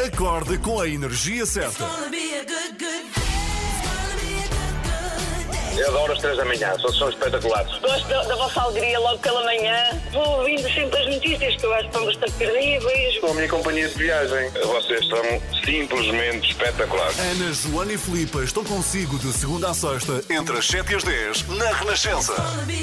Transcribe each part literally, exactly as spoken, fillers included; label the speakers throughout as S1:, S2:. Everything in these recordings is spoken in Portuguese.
S1: Acorde com a energia certa.
S2: Eu adoro as três da manhã, são, são espetaculares.
S3: Gosto da, da vossa alegria logo pela manhã. Vou ouvindo sempre as notícias que eu acho que estão bastante credíveis.
S2: São a minha companhia de viagem. Vocês são simplesmente espetaculares.
S1: Ana, Joana e Filipe estão consigo de segunda a sexta, entre as sete e as dez, na Renascença.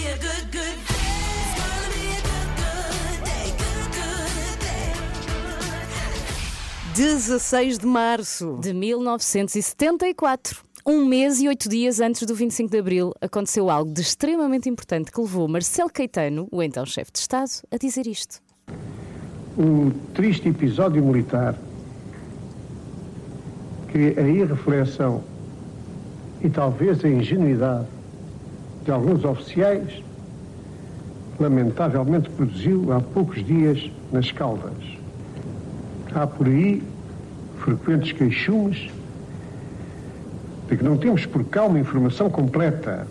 S4: dezasseis de março
S5: de mil novecentos e setenta e quatro. Um mês e oito dias antes do vinte e cinco de Abril, aconteceu algo de extremamente importante que levou Marcelo Caetano, o então chefe de Estado, a dizer isto.
S6: Um triste episódio militar que a irreflexão e talvez a ingenuidade de alguns oficiais lamentavelmente produziu há poucos dias nas Caldas. Há por aí frequentes queixumes de que não temos por cá uma informação completa.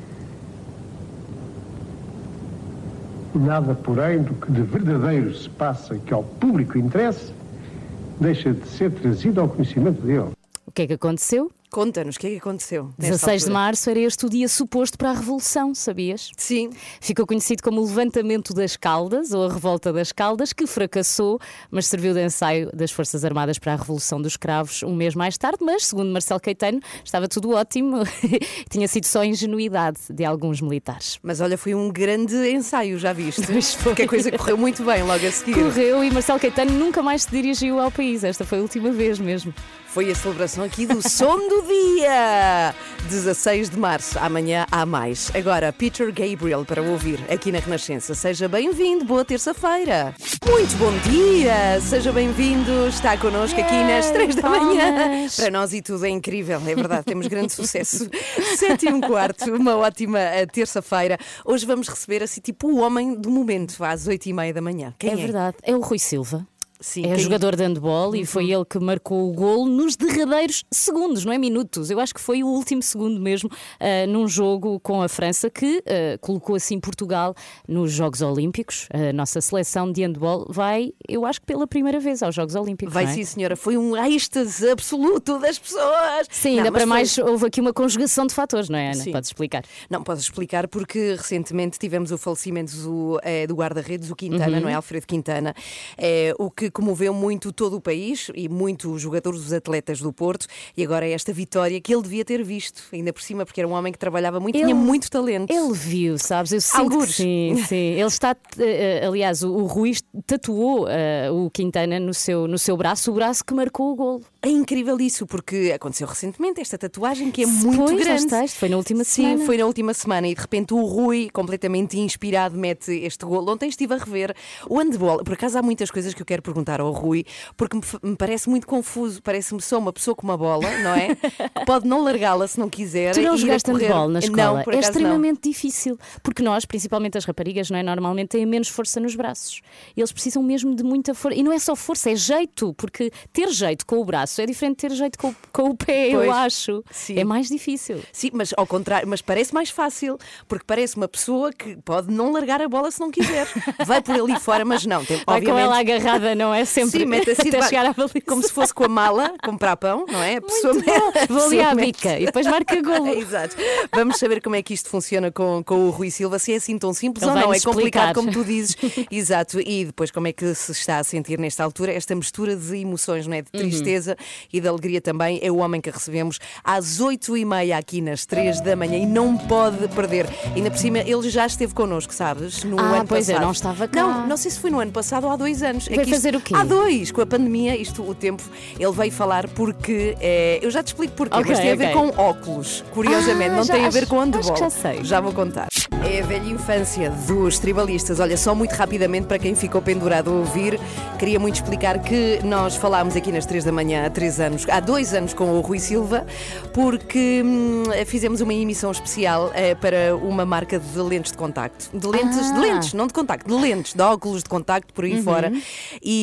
S6: Nada, porém, do que de verdadeiro se passa e que ao público interessa, deixa de ser trazido ao conhecimento dele.
S5: O que é que aconteceu?
S4: Conta-nos, o que é que aconteceu?
S5: dezasseis de março era este o dia suposto para a Revolução, sabias?
S4: Sim.
S5: Ficou conhecido como o Levantamento das Caldas, ou a Revolta das Caldas, que fracassou, mas serviu de ensaio das Forças Armadas para a Revolução dos Cravos um mês mais tarde, mas, segundo Marcelo Caetano, estava tudo ótimo, tinha sido só ingenuidade de alguns militares.
S4: Mas olha, foi um grande ensaio, já viste? Porque a coisa correu muito bem logo a seguir.
S5: Correu e Marcelo Caetano nunca mais se dirigiu ao país, esta foi a última vez mesmo.
S4: Foi a celebração aqui do som do dia. dezasseis de março, amanhã há mais. Agora, Peter Gabriel para ouvir aqui na Renascença. Seja bem-vindo, boa terça-feira. Muito bom dia, seja bem-vindo. Está connosco aqui nas três da manhã. Para nós e tudo é incrível, é verdade, temos grande sucesso. Sete e um quarto, uma ótima terça-feira. Hoje vamos receber assim tipo o homem do momento, às oito e meia da manhã. Quem é?
S5: É verdade, é o Rui Silva.
S4: Sim,
S5: é
S4: quem...
S5: jogador de handball e foi ele que marcou o golo nos derradeiros segundos, não é minutos. Eu acho que foi o último segundo mesmo, uh, num jogo com a França que uh, colocou assim Portugal nos Jogos Olímpicos. A nossa seleção de handball vai, eu acho que pela primeira vez aos Jogos Olímpicos.
S4: Vai
S5: não é?
S4: Sim, senhora. Foi um êxtase absoluto das pessoas.
S5: Sim,
S4: não,
S5: ainda para
S4: foi...
S5: mais houve aqui uma conjugação de fatores, não é, Ana?
S4: Sim.
S5: Podes explicar?
S4: Não, posso explicar porque recentemente tivemos o falecimento do, é, do guarda-redes, o Quintana, uhum. não é? Alfredo Quintana, é, o que comoveu muito todo o país e muito os jogadores, os atletas do Porto, e agora é esta vitória que ele devia ter visto, ainda por cima, porque era um homem que trabalhava muito,
S5: ele,
S4: tinha muito talento.
S5: Ele viu, sabes? Eu sinto que sim, sim. Ele está, aliás, o, o Rui tatuou uh, o Quintana no seu, no seu braço, o braço que marcou o golo.
S4: É incrível isso, porque aconteceu recentemente esta tatuagem que é
S5: Se
S4: muito
S5: pois,
S4: grande.
S5: Estás, foi na última
S4: Sim,
S5: semana.
S4: Sim, foi na última semana e de repente o Rui, completamente inspirado, mete este golo. Ontem estive a rever o handball. Por acaso há muitas coisas que eu quero perguntar ao Rui, porque me, me parece muito confuso. Parece-me só uma pessoa com uma bola, não é? Que pode não largá-la se não quiser.
S5: Tu não
S4: e
S5: jogaste handball na escola?
S4: Não, por
S5: é
S4: acaso
S5: extremamente
S4: não.
S5: difícil, porque nós, principalmente as raparigas, não é? Normalmente têm menos força nos braços. Eles precisam mesmo de muita força. E não é só força, é jeito, porque ter jeito com o braço é diferente de ter jeito com, com o pé,
S4: pois,
S5: eu acho.
S4: Sim.
S5: É mais difícil.
S4: Sim, mas ao contrário, mas parece mais fácil, porque parece uma pessoa que pode não largar a bola se não quiser. Vai por ali fora, mas não. Tem,
S5: Vai
S4: obviamente...
S5: com ela agarrada, não é? Sempre
S4: Sim, mete assim
S5: até
S4: de...
S5: chegar à baliza.
S4: Como se fosse com a mala, comprar pão, não é? A pessoa
S5: Muito bom.
S4: mete...
S5: Vou ali à bica e depois marca golo.
S4: Exato. Vamos saber como é que isto funciona com, com o Rui Silva, se é assim tão simples
S5: Ele
S4: ou não. É complicado,
S5: explicar.
S4: como tu dizes. Exato. E depois como é que se está a sentir nesta altura esta mistura de emoções, não é? De tristeza uhum. e de alegria também. É o homem que recebemos às oito e meia aqui nas três da manhã e não pode perder. Ainda por cima, ele já esteve connosco, sabes? No
S5: ah,
S4: ano
S5: pois
S4: passado.
S5: é, não estava cá.
S4: Não, não sei se foi no ano passado ou há dois anos.
S5: Vai
S4: é que
S5: fazer
S4: isto,
S5: o quê?
S4: Há dois, com a pandemia, isto, o tempo, ele veio falar porque, é, eu já te explico porquê,
S5: okay,
S4: mas tem
S5: okay.
S4: a ver com óculos, curiosamente,
S5: ah,
S4: não
S5: já,
S4: tem a ver
S5: acho,
S4: com handball.
S5: Acho que já sei.
S4: Já vou contar. É a velha infância dos tribalistas. Olha, só muito rapidamente, para quem ficou pendurado a ouvir, queria muito explicar que nós falámos aqui nas três da manhã há três anos, há dois anos com o Rui Silva, porque hum, fizemos uma emissão especial é, para uma marca de lentes de contacto. De lentes,
S5: ah.
S4: de lentes, não de contacto, de lentes, de óculos de contacto por aí
S5: uhum.
S4: fora. E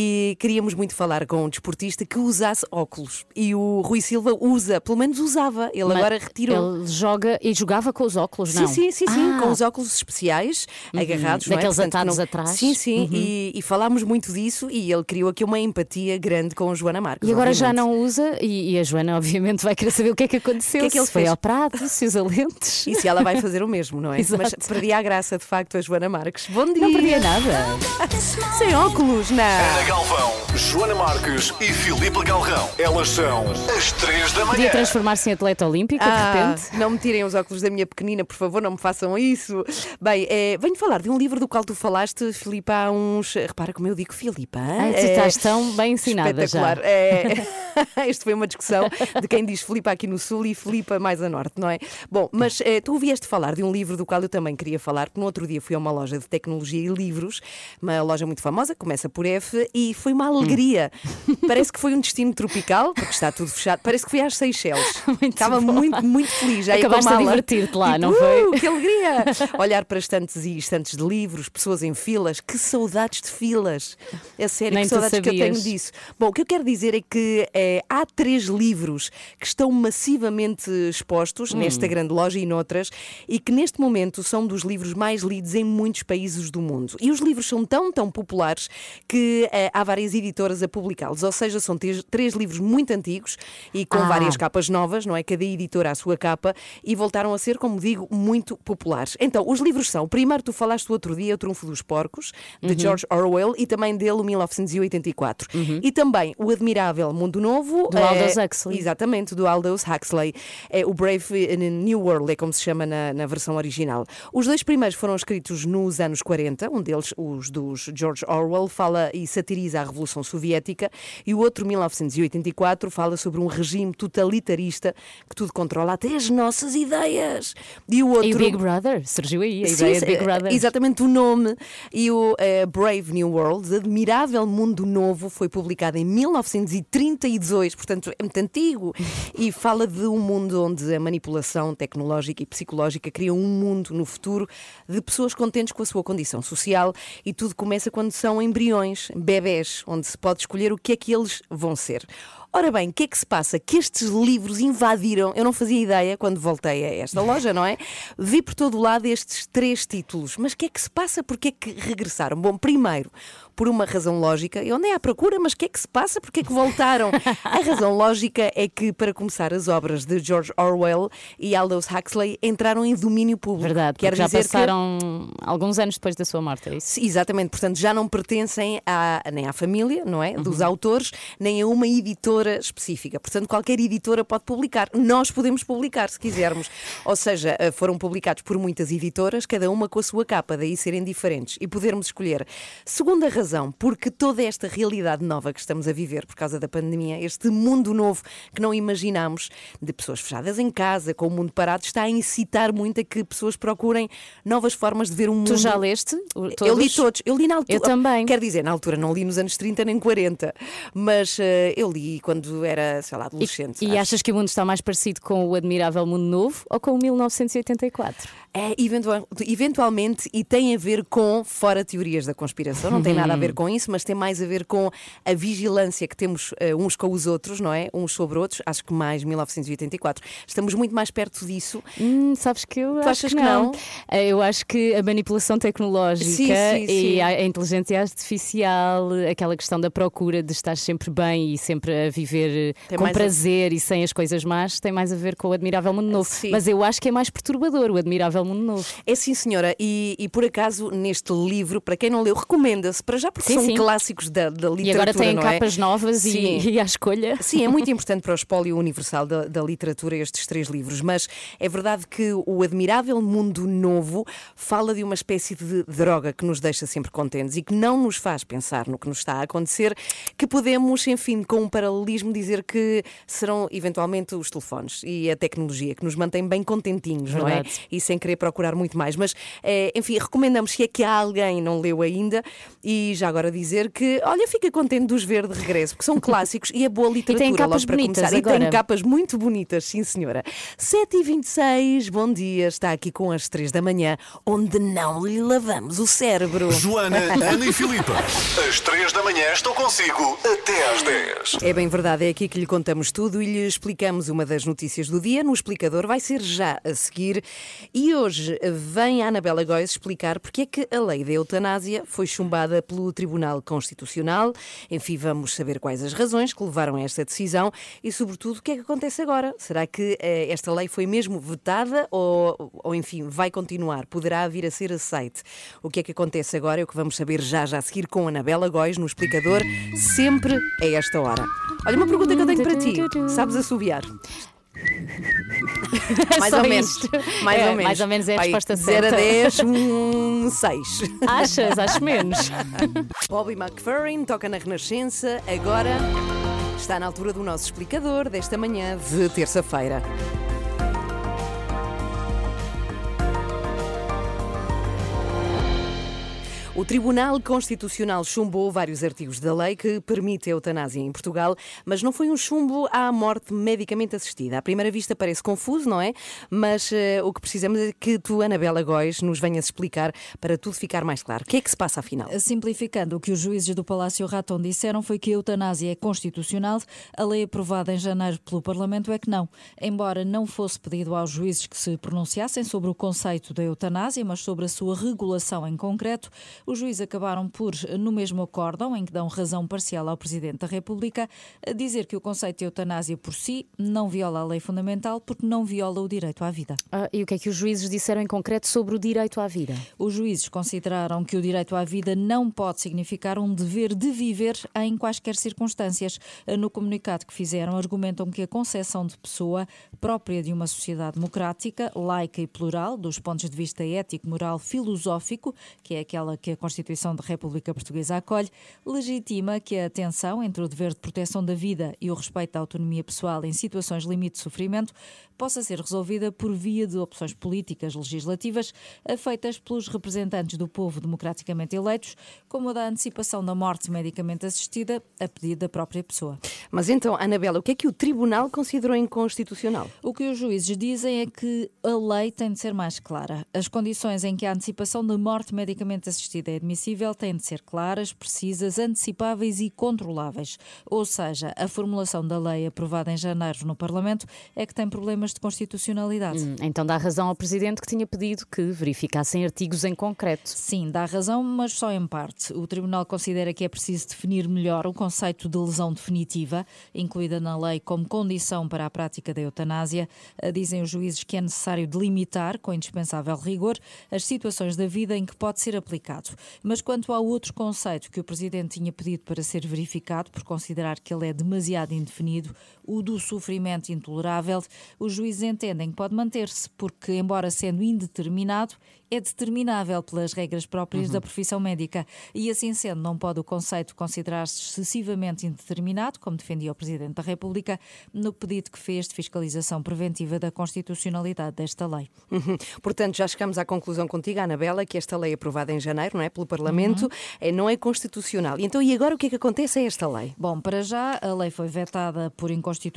S4: e queríamos muito falar com um desportista que usasse óculos. E o Rui Silva usa, pelo menos usava, ele
S5: Mas
S4: agora retirou.
S5: Ele joga e jogava com os óculos, não?
S4: Sim, sim, sim, sim,
S5: Ah.
S4: com os óculos especiais, uhum. agarrados,
S5: Daqueles
S4: não é? Portanto,
S5: atados
S4: não...
S5: atrás.
S4: Sim, sim,
S5: Uhum.
S4: e, e falámos muito disso e ele criou aqui uma empatia grande com a Joana Marques.
S5: E agora
S4: obviamente.
S5: já não usa, e, e a Joana, obviamente, vai querer saber o que é que aconteceu.
S4: O que é que ele
S5: se foi
S4: fez?
S5: ao prato, se usa lentes.
S4: E se ela vai fazer o mesmo, não é?
S5: Exato.
S4: Mas perdia a graça, de facto, a Joana Marques. Bom dia!
S5: Não perdia nada.
S4: Sem óculos, não!
S1: Ana Galvão, Joana Marques e Filipe Galrão. Elas são as três da manhã.
S5: Podia transformar-se em atleta olímpica,
S4: Ah,
S5: de repente.
S4: não me tirem os óculos da minha pequenina, por favor, não me façam isso. Bem, é, venho falar de um livro do qual tu falaste, Filipe, há uns. Repara como eu digo, Filipe.
S5: Ai, tu estás tão bem ensinada
S4: espetacular.
S5: já.
S4: É, isto foi uma discussão de quem diz Filipe aqui no Sul e Filipe mais a Norte, não é? Bom, mas é, tu vieste falar de um livro do qual eu também queria falar, porque no outro dia fui a uma loja de tecnologia e livros, uma loja muito famosa, começa por F, e foi uma alegria. Parece que foi um destino tropical, porque está tudo fechado. Parece que fui às Seychelles.
S5: Muito
S4: Estava
S5: bom.
S4: muito, muito feliz. Já ia com a
S5: Acabaste a
S4: mala.
S5: divertir-te lá,
S4: E,
S5: não
S4: uh,
S5: foi?
S4: Que alegria! Olhar para estantes e estantes de livros, pessoas em filas, que saudades de filas. É sério,
S5: Nem
S4: que
S5: tu
S4: saudades que eu tenho
S5: sabias.
S4: disso. Bom, o que eu quero dizer é que eh, há três livros que estão massivamente expostos
S5: Hum.
S4: nesta grande loja e noutras e que neste momento são dos livros mais lidos em muitos países do mundo. E os livros são tão, tão populares que eh, há várias editoras a publicá-los. Ou seja, são três, três livros muito antigos e com
S5: Ah.
S4: várias capas novas, não é? Cada editora a sua capa e voltaram a ser, como digo, muito populares. Então, os livros são, o primeiro tu falaste o outro dia, O Trunfo dos Porcos, de
S5: Uhum.
S4: George Orwell, e também dele, o mil novecentos e oitenta e quatro. E também O Admirável Mundo Novo.
S5: Do
S4: eh,
S5: Aldous Huxley.
S4: Exatamente, do Aldous Huxley. É o Brave New World, é como se chama na, na versão original. Os dois primeiros foram escritos nos anos quarenta, um deles, os dos George Orwell, fala e satiriza a Revolução Soviética, e o outro, mil novecentos e oitenta e quatro, fala sobre um regime totalitarista que tudo controla, até as nossas ideias. E o outro...
S5: E o Big Brother, surgiu aí a
S4: Sim,
S5: ideia de
S4: sim,
S5: Big Brother.
S4: exatamente o nome. E o eh, Brave New World, Admirável Mundo Novo, foi publicado em mil novecentos e trinta e dois, portanto é muito antigo, e fala de um mundo onde a manipulação tecnológica e psicológica cria um mundo no futuro de pessoas contentes com a sua condição social, e tudo começa quando são embriões, bebés, onde se pode escolher o que é que eles vão ser. Ora bem, o que é que se passa? Que estes livros invadiram, eu não fazia ideia quando voltei a esta loja, não é? Vi por todo o lado estes três títulos, mas o que é que se passa? Porquê é que regressaram? Bom, primeiro, por uma razão lógica, eu andei à procura, mas o que é que se passa? Porquê é que voltaram? A razão lógica é que, para começar, as obras de George Orwell e Aldous Huxley entraram em domínio público.
S5: Verdade,
S4: Quer
S5: porque já
S4: dizer
S5: passaram alguns anos depois da sua morte, é isso?
S4: que... Exatamente, portanto já não pertencem à, nem à família, não é? Dos
S5: Uhum.
S4: autores, nem a uma editora específica. Portanto, qualquer editora pode publicar. Nós podemos publicar, se quisermos. Ou seja, foram publicados por muitas editoras, cada uma com a sua capa, daí serem diferentes e podermos escolher. Segunda razão, porque toda esta realidade nova que estamos a viver por causa da pandemia, este mundo novo que não imaginámos, de pessoas fechadas em casa, com o mundo parado, está a incitar muito a que pessoas procurem novas formas de ver o mundo.
S5: Tu já leste? o- Todos?
S4: Eu li todos. Eu li na altura.
S5: Eu também.
S4: Quer dizer, na altura não li nos anos trinta nem quarenta, mas eh, eu li quando era, sei lá, adolescente.
S5: E
S4: acho.
S5: achas que o mundo está mais parecido com o Admirável Mundo Novo ou com o mil novecentos e oitenta e quatro?
S4: É, eventual- eventualmente, e tem a ver com, fora teorias da conspiração, não tem nada a ver com isso, mas tem mais a ver com a vigilância que temos eh, uns com os outros, não é? Uns sobre outros, acho que mais mil novecentos e oitenta e quatro. Estamos muito mais perto disso.
S5: Hum, sabes que eu acho
S4: achas
S5: que
S4: que
S5: não.
S4: não?
S5: Eh, Eu acho que a manipulação tecnológica
S4: Sim, sim,
S5: e
S4: sim.
S5: a a inteligência artificial, aquela questão da procura de estar sempre bem e sempre a viver eh,
S4: Tem
S5: com
S4: mais a-
S5: prazer e sem as coisas más, tem mais a ver com o Admirável Mundo Novo.
S4: Sim.
S5: Mas eu acho que é mais perturbador o Admirável Mundo Novo.
S4: É sim, senhora, e, e por acaso neste livro, para quem não leu, recomenda-se, para já porque
S5: Sim,
S4: são
S5: sim.
S4: clássicos da, da literatura.
S5: E agora têm
S4: não é?
S5: capas novas e,
S4: Sim.
S5: e à escolha.
S4: Sim, é muito importante para o espólio universal da, da literatura estes três livros, mas é verdade que o Admirável Mundo Novo fala de uma espécie de droga que nos deixa sempre contentes e que não nos faz pensar no que nos está a acontecer, que podemos, enfim, com um paralelismo dizer que serão eventualmente os telefones e a tecnologia que nos mantém bem contentinhos, não é?
S5: Verdade.
S4: E sem querer é procurar muito mais. Mas, é, enfim, recomendamos se é que alguém não leu ainda. E já agora dizer que, olha, fica contente de os ver de regresso, porque são clássicos e é boa literatura.
S5: E tem capas
S4: logo para
S5: bonitas
S4: começar.
S5: agora.
S4: E tem capas muito bonitas, sim senhora. sete e vinte e seis, bom dia, está aqui com as três da manhã, onde não lhe lavamos o cérebro.
S1: Joana, Ana e Filipe, às três da manhã estou consigo até às dez.
S4: É bem verdade, é aqui que lhe contamos tudo e lhe explicamos uma das notícias do dia. No explicador vai ser já a seguir. E hoje vem a Anabela Góes explicar porque é que a lei da eutanásia foi chumbada pelo Tribunal Constitucional. Enfim, vamos saber quais as razões que levaram a esta decisão e, sobretudo, o que é que acontece agora. Será que eh, esta lei foi mesmo vetada ou, ou, enfim, vai continuar? Poderá vir a ser aceite? O que é que acontece agora é o que vamos saber já já a seguir com a Anabela Góes no explicador, sempre a esta hora. Olha, uma pergunta que eu tenho para ti. Sabes assobiar? Mais
S5: Só
S4: ou menos.
S5: isto.
S4: Mais
S5: É,
S4: ou menos.
S5: mais ou menos é a
S4: Vai,
S5: resposta
S4: zero a
S5: certa.
S4: dez, um seis.
S5: Achas? Acho menos.
S4: Bobby McFerrin toca na Renascença. Agora está na altura do nosso explicador desta manhã de terça-feira. O Tribunal Constitucional chumbou vários artigos da lei que permite a eutanásia em Portugal, mas não foi um chumbo à morte medicamente assistida. À primeira vista parece confuso, não é? Mas uh, o que precisamos é que tu, Anabela Góes, nos venhas explicar para tudo ficar mais claro. O que é que se passa afinal?
S7: Simplificando, o que os juízes do Palácio Raton disseram foi que a eutanásia é constitucional. A lei aprovada em janeiro pelo Parlamento é que não. Embora não fosse pedido aos juízes que se pronunciassem sobre o conceito da eutanásia, mas sobre a sua regulação em concreto, os juízes acabaram por, no mesmo acórdão, em que dão razão parcial ao Presidente da República, dizer que o conceito de eutanásia por si não viola a lei fundamental porque não viola o direito à vida.
S5: Ah, e o que é que os juízes disseram em concreto sobre o direito à vida?
S7: Os juízes consideraram que o direito à vida não pode significar um dever de viver em quaisquer circunstâncias. No comunicado que fizeram, argumentam que a concepção de pessoa própria de uma sociedade democrática, laica e plural, dos pontos de vista ético, moral, filosófico, que é aquela que a Constituição da República Portuguesa acolhe, legitima que a tensão entre o dever de proteção da vida e o respeito à autonomia pessoal em situações de limite de sofrimento possa ser resolvida por via de opções políticas legislativas feitas pelos representantes do povo democraticamente eleitos, como a da antecipação da morte medicamente assistida a pedido da própria pessoa.
S4: Mas então, Anabela, o que é que o Tribunal considerou inconstitucional?
S7: O que os juízes dizem é que a lei tem de ser mais clara. As condições em que a antecipação da morte medicamente assistida é admissível têm de ser claras, precisas, antecipáveis e controláveis. Ou seja, a formulação da lei aprovada em janeiro no Parlamento é que tem problemas de constitucionalidade.
S5: Hum, então dá razão ao Presidente que tinha pedido que verificassem artigos em concreto.
S7: Sim, dá razão, mas só em parte. O Tribunal considera que é preciso definir melhor o conceito de lesão definitiva, incluída na lei como condição para a prática da eutanásia. Dizem os juízes que é necessário delimitar, com indispensável rigor, as situações da vida em que pode ser aplicado. Mas quanto ao outro conceito que o Presidente tinha pedido para ser verificado, por considerar que ele é demasiado indefinido, o do sofrimento intolerável, os juízes entendem que pode manter-se, porque, embora sendo indeterminado, é determinável pelas regras próprias uhum. da profissão médica. E assim sendo, não pode o conceito considerar-se excessivamente indeterminado, como defendia o Presidente da República, no pedido que fez de fiscalização preventiva da constitucionalidade desta lei.
S4: Uhum. Portanto, já chegamos à conclusão contigo, Anabela, que esta lei aprovada em janeiro, não é, pelo Parlamento, uhum. é, não é constitucional. Então, e agora o que é que acontece a esta lei?
S7: Bom, para já, a lei foi vetada por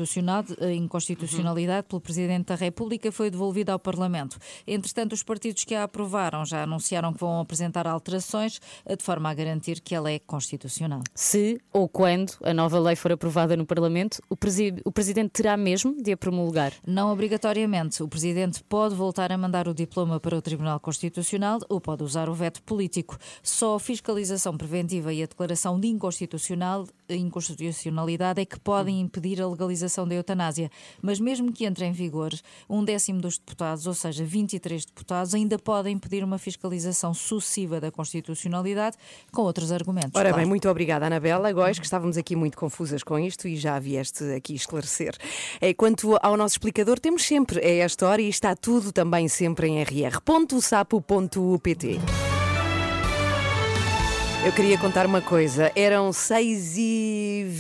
S7: inconstitucionalidade uhum. pelo Presidente da República e foi devolvida ao Parlamento. Entretanto, os partidos que a aprovaram já anunciaram que vão apresentar alterações de forma a garantir que ela é constitucional.
S5: Se ou quando a nova lei for aprovada no Parlamento, o, presi- o Presidente terá mesmo de a promulgar?
S7: Não obrigatoriamente. O Presidente pode voltar a mandar o diploma para o Tribunal Constitucional ou pode usar o veto político. Só a fiscalização preventiva e a declaração de inconstitucional, inconstitucionalidade é que podem impedir a legalização da eutanásia. Mas mesmo que entre em vigor, um décimo dos deputados, ou seja, vinte e três deputados, ainda podem pedir uma fiscalização sucessiva da constitucionalidade com outros argumentos.
S4: Ora
S7: claro.
S4: bem, muito obrigada, Anabela Góes, que estávamos aqui muito confusas com isto e já vieste aqui esclarecer. Quanto ao nosso explicador, temos sempre a esta hora e está tudo também sempre em r r ponto sapo ponto p t. Eu queria contar uma coisa, eram seis e vinte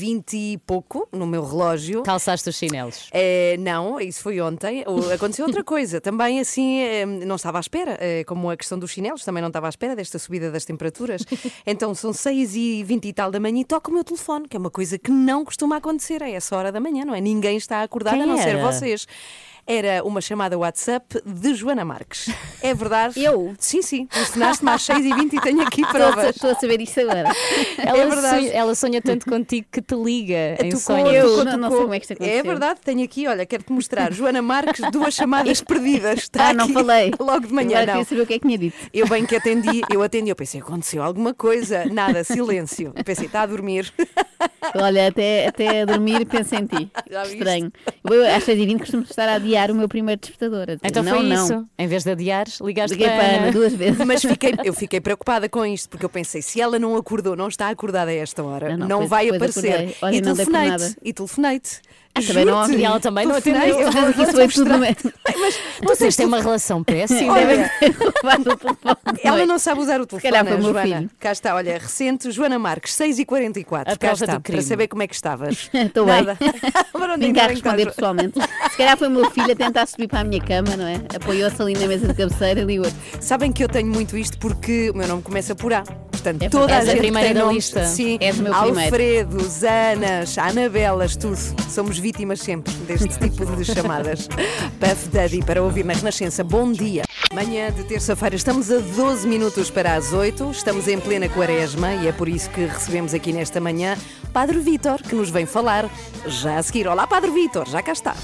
S4: vinte e pouco no meu relógio.
S5: Calçaste os chinelos.
S4: É, não, isso foi ontem. Aconteceu outra coisa. Também assim, é, não estava à espera, é, como a questão dos chinelos, também não estava à espera desta subida das temperaturas. Então são seis e vinte e tal da manhã e toco o meu telefone, que é uma coisa que não costuma acontecer a essa hora da manhã, não é? Ninguém está acordado,
S5: Quem
S4: a não ser
S5: era?
S4: vocês. Era uma chamada WhatsApp de Joana Marques. É verdade?
S8: Eu?
S4: Sim, sim. Telefonaste-me às seis e vinte e tenho aqui provas.
S8: Estou a saber isto agora.
S5: Ela,
S4: É verdade.
S5: sonha, ela sonha tanto contigo que te liga em
S4: Tocou,
S5: sonho.
S8: Eu
S4: tocou,
S8: não- não
S4: tocou.
S8: sei como é que isto aconteceu.
S4: É verdade, tenho aqui, olha, quero-te mostrar. Joana Marques, duas chamadas perdidas. Está
S8: Ah, não
S4: aqui,
S8: falei.
S4: Logo de manhã,
S8: Agora
S4: não.
S8: queria saber o que é que tinha dito.
S4: Eu bem que atendi, eu atendi, eu pensei, aconteceu alguma coisa. Nada, silêncio. Eu pensei, está a dormir.
S8: Olha, até, até a dormir penso em ti.
S4: Já viste?
S8: Estranho. Eu, às seis e vinte costumo estar a adiar o meu primeiro despertador. A dizer,
S5: Então
S8: não,
S5: foi
S8: não.
S5: isso. Em vez de adiares, ligaste
S8: Liguei para a Ana duas vezes.
S4: Mas fiquei, eu fiquei preocupada com isto, porque eu pensei, se ela não acordou, não está acordada a esta hora,
S8: Não,
S4: não,
S8: não, depois-
S4: vai
S8: depois
S4: aparecer.
S8: acordei. Olha,
S4: e
S8: não dei por
S4: telefonei-te.
S8: nada.
S4: E telefonei-te.
S8: Ah, também não
S4: Juro-te.
S8: ouvi.
S5: E ela também não
S4: Telefonei,
S5: atendeu.
S4: eu vou-
S8: Isso
S4: vou-te
S8: foi
S4: mostrar.
S8: tudo mesmo.
S5: Vocês têm uma relação péssima.
S4: Olha,
S8: Devem ter roubado o telefone.
S4: ela não sabe usar o telefone,
S8: calhar foi o meu
S4: Joana.
S8: filho.
S4: Cá está, olha, recente, Joana Marques, seis e quarenta e quatro.
S5: A
S4: Cá
S5: prova
S4: está,
S5: do crime.
S4: para saber como é que estavas.
S8: Estou bem.
S4: Nada. Para onde
S8: Nem
S4: ainda
S8: cá
S4: bem
S8: responder
S4: estás?
S8: pessoalmente. Se calhar foi o meu filho a tentar subir para a minha cama, não é? Apoiou-se ali na mesa de cabeceira e ligou.
S4: Sabem que eu tenho muito isto porque o meu nome começa por A. Portanto,
S8: É
S4: toda a
S8: verdade.
S4: gente
S5: És a primeira
S4: tem
S5: da
S4: nomes,
S5: lista.
S4: Sim,
S8: És o meu primeiro.
S4: Alfredos, Anas, Anabelas, tudo. Somos vítimas sempre deste tipo de chamadas. Puff Daddy para ouvir na Renascença. Bom dia. Manhã de terça-feira, estamos a doze minutos para as oito. Estamos em plena quaresma e é por isso que recebemos aqui nesta manhã Padre Vítor, que nos vem falar já a seguir. Olá, Padre Vítor, já cá está.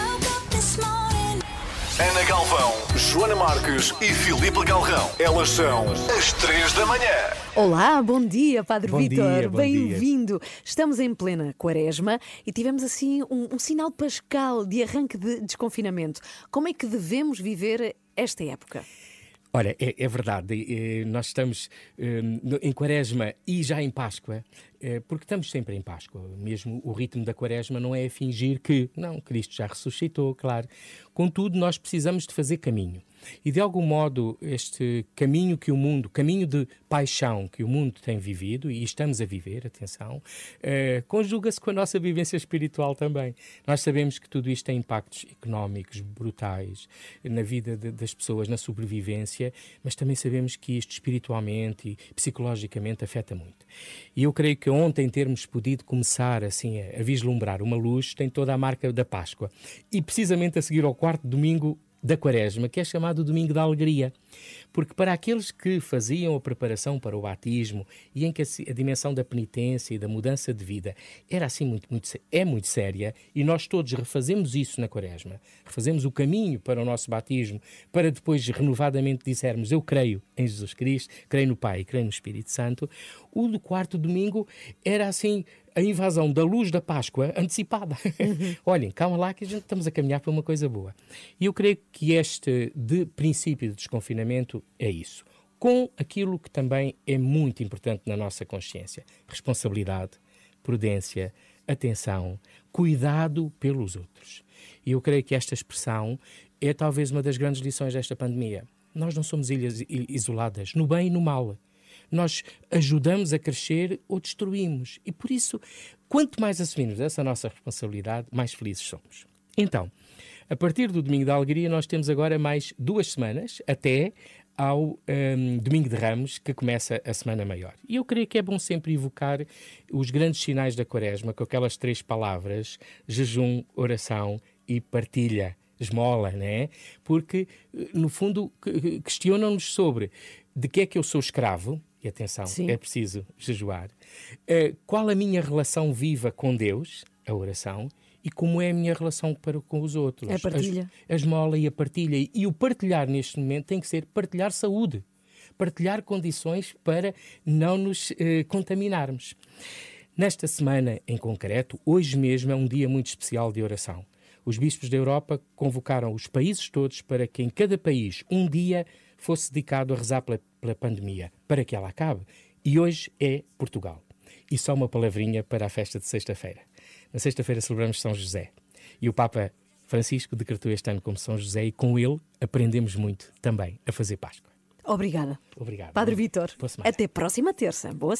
S1: Ana Galvão, Joana Marques e Filipe Galrão. Elas são as três da manhã.
S4: Olá, bom dia, Padre
S9: Bom
S4: Vítor.
S9: dia, bom
S4: Bem-vindo. Estamos em plena quaresma e tivemos assim um, um sinal pascal de arranque de desconfinamento. Como é que devemos viver esta época?
S9: Olha, é, é verdade, eh, nós estamos eh, no- em Quaresma e já em Páscoa, eh, porque estamos sempre em Páscoa. Mesmo o ritmo da Quaresma não é fingir que, não, Cristo já ressuscitou, claro. Contudo, nós precisamos de fazer caminho. E de algum modo, este caminho que o mundo, caminho de paixão que o mundo tem vivido, e estamos a viver, atenção, eh, conjuga-se com a nossa vivência espiritual também. Nós sabemos que tudo isto tem impactos económicos brutais na vida de- das pessoas, na sobrevivência, mas também sabemos que isto espiritualmente e psicologicamente afeta muito. E eu creio que ontem termos podido começar assim a, a vislumbrar uma luz tem toda a marca da Páscoa. E precisamente a seguir ao quarto domingo da Quaresma, que é chamado Domingo da Alegria. Porque para aqueles que faziam a preparação para o batismo e em que a, a dimensão da penitência e da mudança de vida era assim muito, muito, é muito séria, e nós todos refazemos isso na Quaresma, refazemos o caminho para o nosso batismo, para depois renovadamente dissermos eu creio em Jesus Cristo, creio no Pai e creio no Espírito Santo, o do quarto domingo era assim a invasão da luz da Páscoa antecipada. Uhum. Olhem, calma lá que a gente estamos a caminhar para uma coisa boa. E eu creio que este de princípio de desconfinamento é isso. Com aquilo que também é muito importante na nossa consciência. Responsabilidade, prudência, atenção, cuidado pelos outros. E eu creio que esta expressão é talvez uma das grandes lições desta pandemia. Nós não somos ilhas isoladas, no bem e no mal. Nós ajudamos a crescer ou destruímos. E por isso, quanto mais assumimos essa nossa responsabilidade, mais felizes somos. Então, a partir do Domingo da Alegria, nós temos agora mais duas semanas, até ao um, Domingo de Ramos, que começa a Semana Maior. E eu creio que é bom sempre evocar os grandes sinais da Quaresma, com aquelas três palavras, jejum, oração e partilha. Esmola, né? Porque, no fundo, questionam-nos sobre de que é que eu sou escravo, e atenção,
S4: Sim.
S9: é preciso jejuar, uh, qual a minha relação viva com Deus, a oração, e como é a minha relação para com os outros.
S4: A partilha.
S9: A, a esmola e a partilha. E o partilhar neste momento tem que ser partilhar saúde, partilhar condições para não nos uh, contaminarmos. Nesta semana em concreto, hoje mesmo é um dia muito especial de oração. Os bispos da Europa convocaram os países todos para que em cada país um dia fosse dedicado a rezar pela, pela pandemia, para que ela acabe. E hoje é Portugal. E só uma palavrinha para a festa de sexta-feira. Na sexta-feira celebramos São José. E o Papa Francisco decretou este ano como São José e com ele aprendemos muito também a fazer Páscoa.
S4: Obrigada.
S9: Obrigado.
S4: Padre Vítor,
S9: Boa semana.
S4: até próxima terça. Boa semana.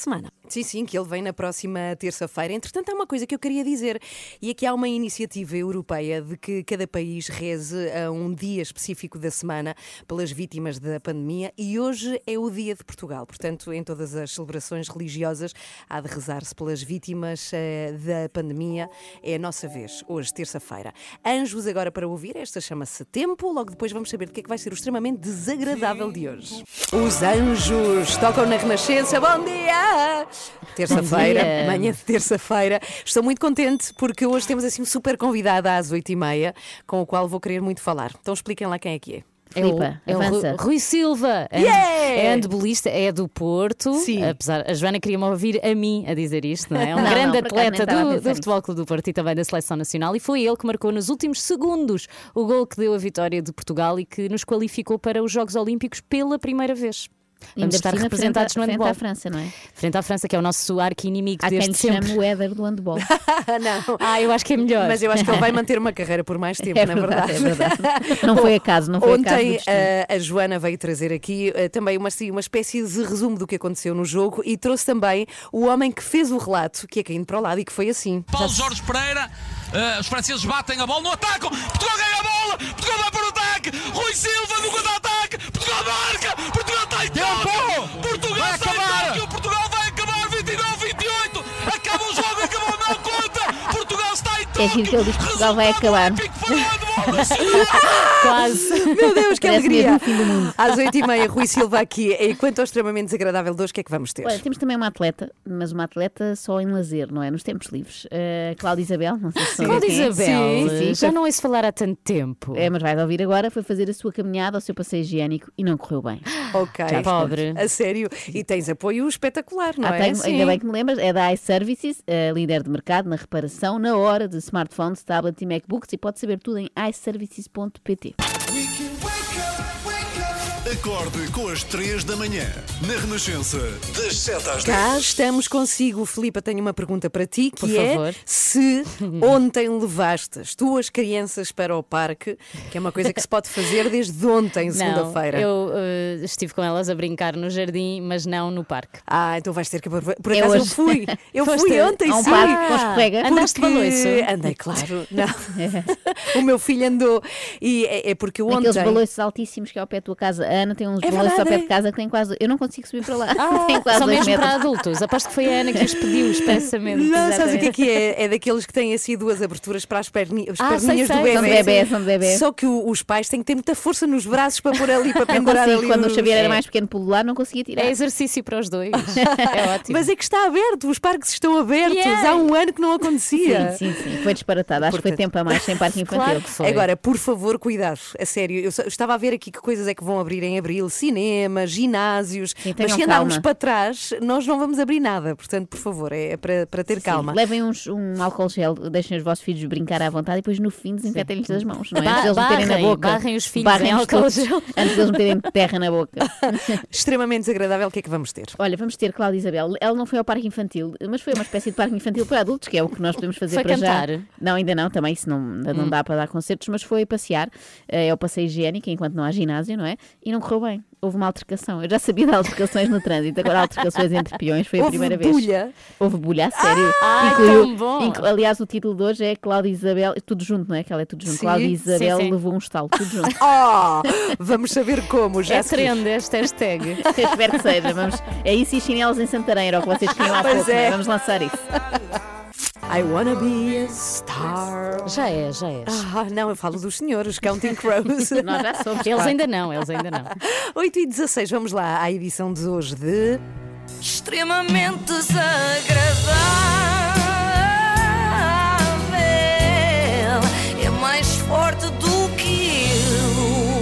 S4: Sim, sim, que ele vem na próxima terça-feira. Entretanto, há uma coisa que eu queria dizer, e aqui há uma iniciativa europeia de que cada país reze a um dia específico da semana pelas vítimas da pandemia, e hoje é o dia de Portugal. Portanto, em todas as celebrações religiosas há de rezar-se pelas vítimas uh, da pandemia. É a nossa vez, hoje, terça-feira. Anjos agora para ouvir, esta chama-se Tempo. Logo depois vamos saber do que é que vai ser o extremamente desagradável de hoje. Os anjos tocam na Renascença. Bom dia! Terça-feira, manhã de terça-feira. Estou muito contente porque hoje temos assim um super convidado às oito e meia, com o qual vou querer muito falar. Então expliquem lá quem é que é.
S5: É o, é o Rui, Rui Silva,
S4: yeah!
S5: é handebolista, é do Porto.
S4: Sim.
S5: Apesar, a Joana queria-me ouvir a mim a dizer isto, não é? É um
S7: não,
S5: grande
S7: não,
S5: atleta do, do
S7: isso.
S5: Futebol Clube do Porto e também da Seleção Nacional, e foi ele que marcou nos últimos segundos o gol que deu a vitória de Portugal e que nos qualificou para os Jogos Olímpicos pela primeira vez. Vamos estar
S7: cima,
S5: representados
S7: frente a,
S5: no handball.
S7: Frente à França, não é?
S5: Frente à França, que é o nosso arqui-inimigo
S7: Há
S5: desde
S7: quem
S5: sempre.
S7: chame o Éder do handball.
S4: Não.
S5: Ah, eu acho que é melhor.
S4: Mas eu acho que ele vai manter uma carreira por mais tempo,
S7: É
S4: na
S7: verdade,
S4: verdade.
S7: é verdade. Não foi acaso, não foi acaso do
S4: Ontem
S7: destino.
S4: a, a Joana veio trazer aqui uh, também uma, assim, uma espécie de resumo do que aconteceu no jogo, e trouxe também o homem que fez o relato, que é caindo para o lado e que foi assim.
S10: Paulo Jorge Pereira, uh, os franceses batem a bola no ataque, Portugal ganha a bola, Portugal vai para o ataque, Rui Silva no contra-ataque, Portugal marca, Portugal está em toque, Portugal está em toque, Portugal vai acabar vinte e nove vinte e oito, acaba o jogo, acabou, não conta, Portugal está em toque.
S7: É giro que ele diz que Portugal vai acabar.
S5: Quase.
S4: Meu Deus, que
S7: Parece
S4: alegria!
S7: mesmo o fim do mundo.
S4: Às oito e meia, Rui Silva aqui. E quanto ao extremamente desagradável de hoje, o que é que vamos ter?
S7: Olha, temos também uma atleta, mas uma atleta só em lazer, não é? Nos tempos livres. Uh, Cláudia Isabel, não sei se sabem
S5: Cláudia
S7: quem é.
S5: Isabel,
S7: Sim, sim,
S5: já
S7: foi-
S5: não ouço falar há tanto tempo.
S7: É, mas vais ouvir agora, foi fazer a sua caminhada ao seu passeio higiênico e não correu bem.
S4: Ok.
S5: Já pobre.
S4: A sério. E tens apoio espetacular, não
S7: Ah,
S4: é?
S7: tenho,
S4: Sim.
S7: ainda bem que me lembras, é da iServices, a líder de mercado na reparação na hora de smartphones, tablets e MacBooks, e pode saber tudo em i services ponto pt.
S1: Acorde com as três da manhã, na Renascença, das sete às dez.
S4: Cá estamos consigo, Filipa. Tenho uma pergunta para ti, que
S5: Por
S4: é
S5: favor.
S4: se ontem levaste as tuas crianças para o parque, que é uma coisa que se pode fazer desde ontem,
S5: Não,
S4: segunda-feira.
S5: eu uh, estive com elas a brincar no jardim, mas não no parque.
S4: Ah, então vais ter que. Por
S7: É
S4: acaso eu
S7: hoje.
S4: fui. Eu
S5: Foste
S4: fui ontem,
S7: a um
S4: sim.
S7: parque com escorrega?
S5: Andaste de baloiço?
S4: Andei, claro. Não. O meu filho andou. E é, é porque eu ontem.
S7: Aqueles balões altíssimos que é ao pé da tua casa. A Ana tem uns
S4: É
S7: balões ao
S4: verdade,
S7: pé
S4: é.
S7: de casa que tem quase. Eu não consigo subir para lá.
S5: Ah,
S7: tem quase
S5: só
S7: dois
S5: mesmo
S7: metros.
S5: para adultos. Aposto que foi a Ana que os pediu expressamente.
S4: Não, sabes o que é
S5: Exatamente.
S4: que é? É daqueles que têm assim duas aberturas para as, perni as
S5: Ah, sei,
S4: perninhas
S5: sei.
S4: do bebê.
S7: São de bebê, são de bebê.
S4: Só que o- os pais têm que ter muita força nos braços para pôr ali, para
S7: Não
S4: pendurar
S7: consigo.
S4: ali.
S7: Quando o
S4: os-
S7: Xavier era
S5: É.
S7: mais pequeno pelo lá, não conseguia tirar.
S5: É exercício para os dois. É ótimo.
S4: Mas é que está aberto, os parques estão abertos.
S5: Yeah.
S4: Há um ano que não acontecia.
S7: Sim, sim, sim. Foi disparatado. Acho que foi
S4: Portanto-
S7: tempo a mais sem parque infantil.
S5: Claro que foi.
S4: Agora, por favor, cuidado, a sério. Eu só- eu estava a ver aqui que coisas é que vão abrir em abril: cinema, ginásios.
S7: Sim,
S4: mas
S7: tenham
S4: se andarmos
S7: calma.
S4: para trás, nós não vamos abrir nada. Portanto, por favor, é para, para ter
S7: Sim,
S4: calma.
S7: levem uns, um álcool gel, deixem os vossos filhos brincar à vontade e depois no fim desinfetem-lhes as mãos, não é?
S5: Ba-
S7: Antes deles meterem na
S5: barrem,
S7: boca.
S5: barrem os filhos
S7: Barrem
S5: em
S7: os
S5: álcool
S7: todos,
S5: gel.
S7: antes deles meterem terra na boca.
S4: Extremamente desagradável, o que é que vamos ter?
S7: Olha, vamos ter Cláudia Isabel. Ela não foi ao parque infantil, mas foi uma espécie de parque infantil para adultos, que é o que nós podemos fazer
S5: Foi
S7: para
S5: cantar?
S7: já. Não, ainda não, também isso não, ainda não dá para dar concertos, mas foi passear. Eh, É o passeio higiênico, enquanto não há ginásio, não é? E não correu bem. Houve uma altercação. Eu já sabia de altercações no trânsito, agora altercações entre peões foi a
S4: Houve
S7: primeira vez.
S4: bulha?
S7: Houve bulha, a sério.
S5: Ai,
S7: Incluiu-
S5: tão bom.
S7: inclu- aliás, o título de hoje é Cláudia Isabel, tudo junto, não é? Que ela é tudo junto.
S4: Sim,
S7: Cláudia
S4: sim,
S7: Isabel
S5: sim.
S7: levou um estalo, tudo junto.
S4: Oh, vamos saber como. Já
S5: É
S4: se-
S5: trend esta hashtag.
S7: Eu espero que seja. Vamos... É isso e chinelos em Santarém, era o que vocês queriam há
S4: Pois
S7: pouco, não
S4: é.
S7: é? Vamos lançar isso.
S4: I wanna be a star.
S5: Já é, já é.
S4: Ah, não, eu falo dos senhores, Counting Crows.
S7: Nós já somos.
S5: Eles
S7: claro.
S5: ainda não, eles ainda não.
S4: oito e dezasseis, vamos lá à edição de hoje de.
S11: Extremamente desagradável. É mais forte do que eu.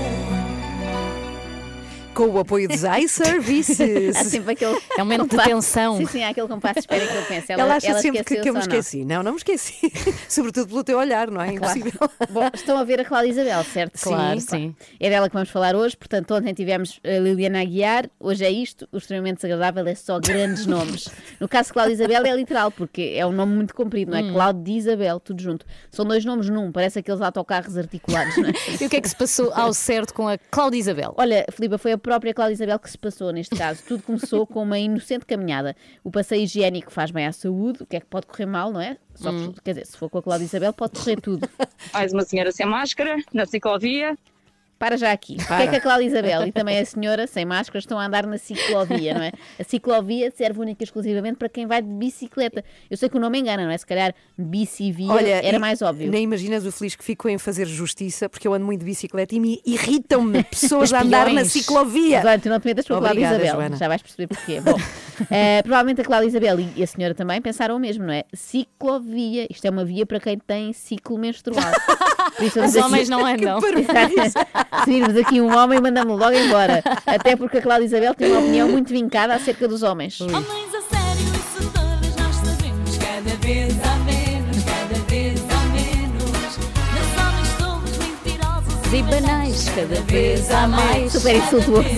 S4: Com o apoio dos iServices.
S7: Há sempre aquele
S5: É um momento de
S7: compasso-
S5: tensão.
S7: Sim, sim, há aquele compasso de espera que eu penso.
S4: Ela,
S7: Ela,
S4: acha
S7: ela
S4: sempre que, que eu me
S7: esqueceu-se ou não?
S4: esqueci. Não, não me esqueci. Sobretudo pelo teu olhar, não é?
S7: Claro.
S4: Impossível.
S7: Bom, estão a ver a Cláudia Isabel, certo?
S5: Claro, sim.
S7: É dela que vamos falar hoje. Portanto, ontem tivemos a Liliana Aguiar, hoje é isto. O extremamente desagradável é só grandes nomes. No caso de Cláudia Isabel é literal, porque é um nome muito comprido, não é?
S5: Hum.
S7: Cláudia Isabel, tudo junto. São dois nomes num, parece aqueles autocarros articulados, não é?
S5: E o que é que se passou ao certo com a Cláudia Isabel?
S7: Olha, Filipa, foi a
S8: própria Cláudia Isabel que se passou neste caso. Tudo começou com uma inocente caminhada. O passeio higiênico faz bem à saúde, o que é que pode correr mal, não é? Só, hum. Quer dizer, se for com a Cláudia Isabel pode correr tudo.
S3: Mais uma senhora sem máscara, na ciclovia.
S8: Para já aqui. Para. Porque é que a Cláudia Isabel e também a senhora sem máscara estão a andar na ciclovia, não é? A ciclovia serve única e exclusivamente para quem vai de bicicleta. Eu sei que o nome engana, não é? Se calhar bicivia Olha, era mais óbvio.
S4: Nem imaginas o feliz que fico em fazer justiça, porque eu ando muito de bicicleta e me irritam-me pessoas a andar na ciclovia.
S8: Agora, tu não te metas com a Cláudia Isabel. Joana. Já vais perceber porquê. Bom, uh, provavelmente a Cláudia Isabel e a senhora também pensaram o mesmo, não é? Ciclovia. Isto é uma via para quem tem ciclo menstrual.
S5: Os homens não andam.
S8: Se virmos aqui um homem, mandamos logo embora. Até porque a Cláudia Isabel tem uma opinião muito vincada acerca dos homens.
S11: Homens a sério, isso todas nós sabemos. Cada vez há menos, cada vez há menos. Nos homens somos mentirosos
S5: e banais, cada vez há mais.
S8: Super insultuoso.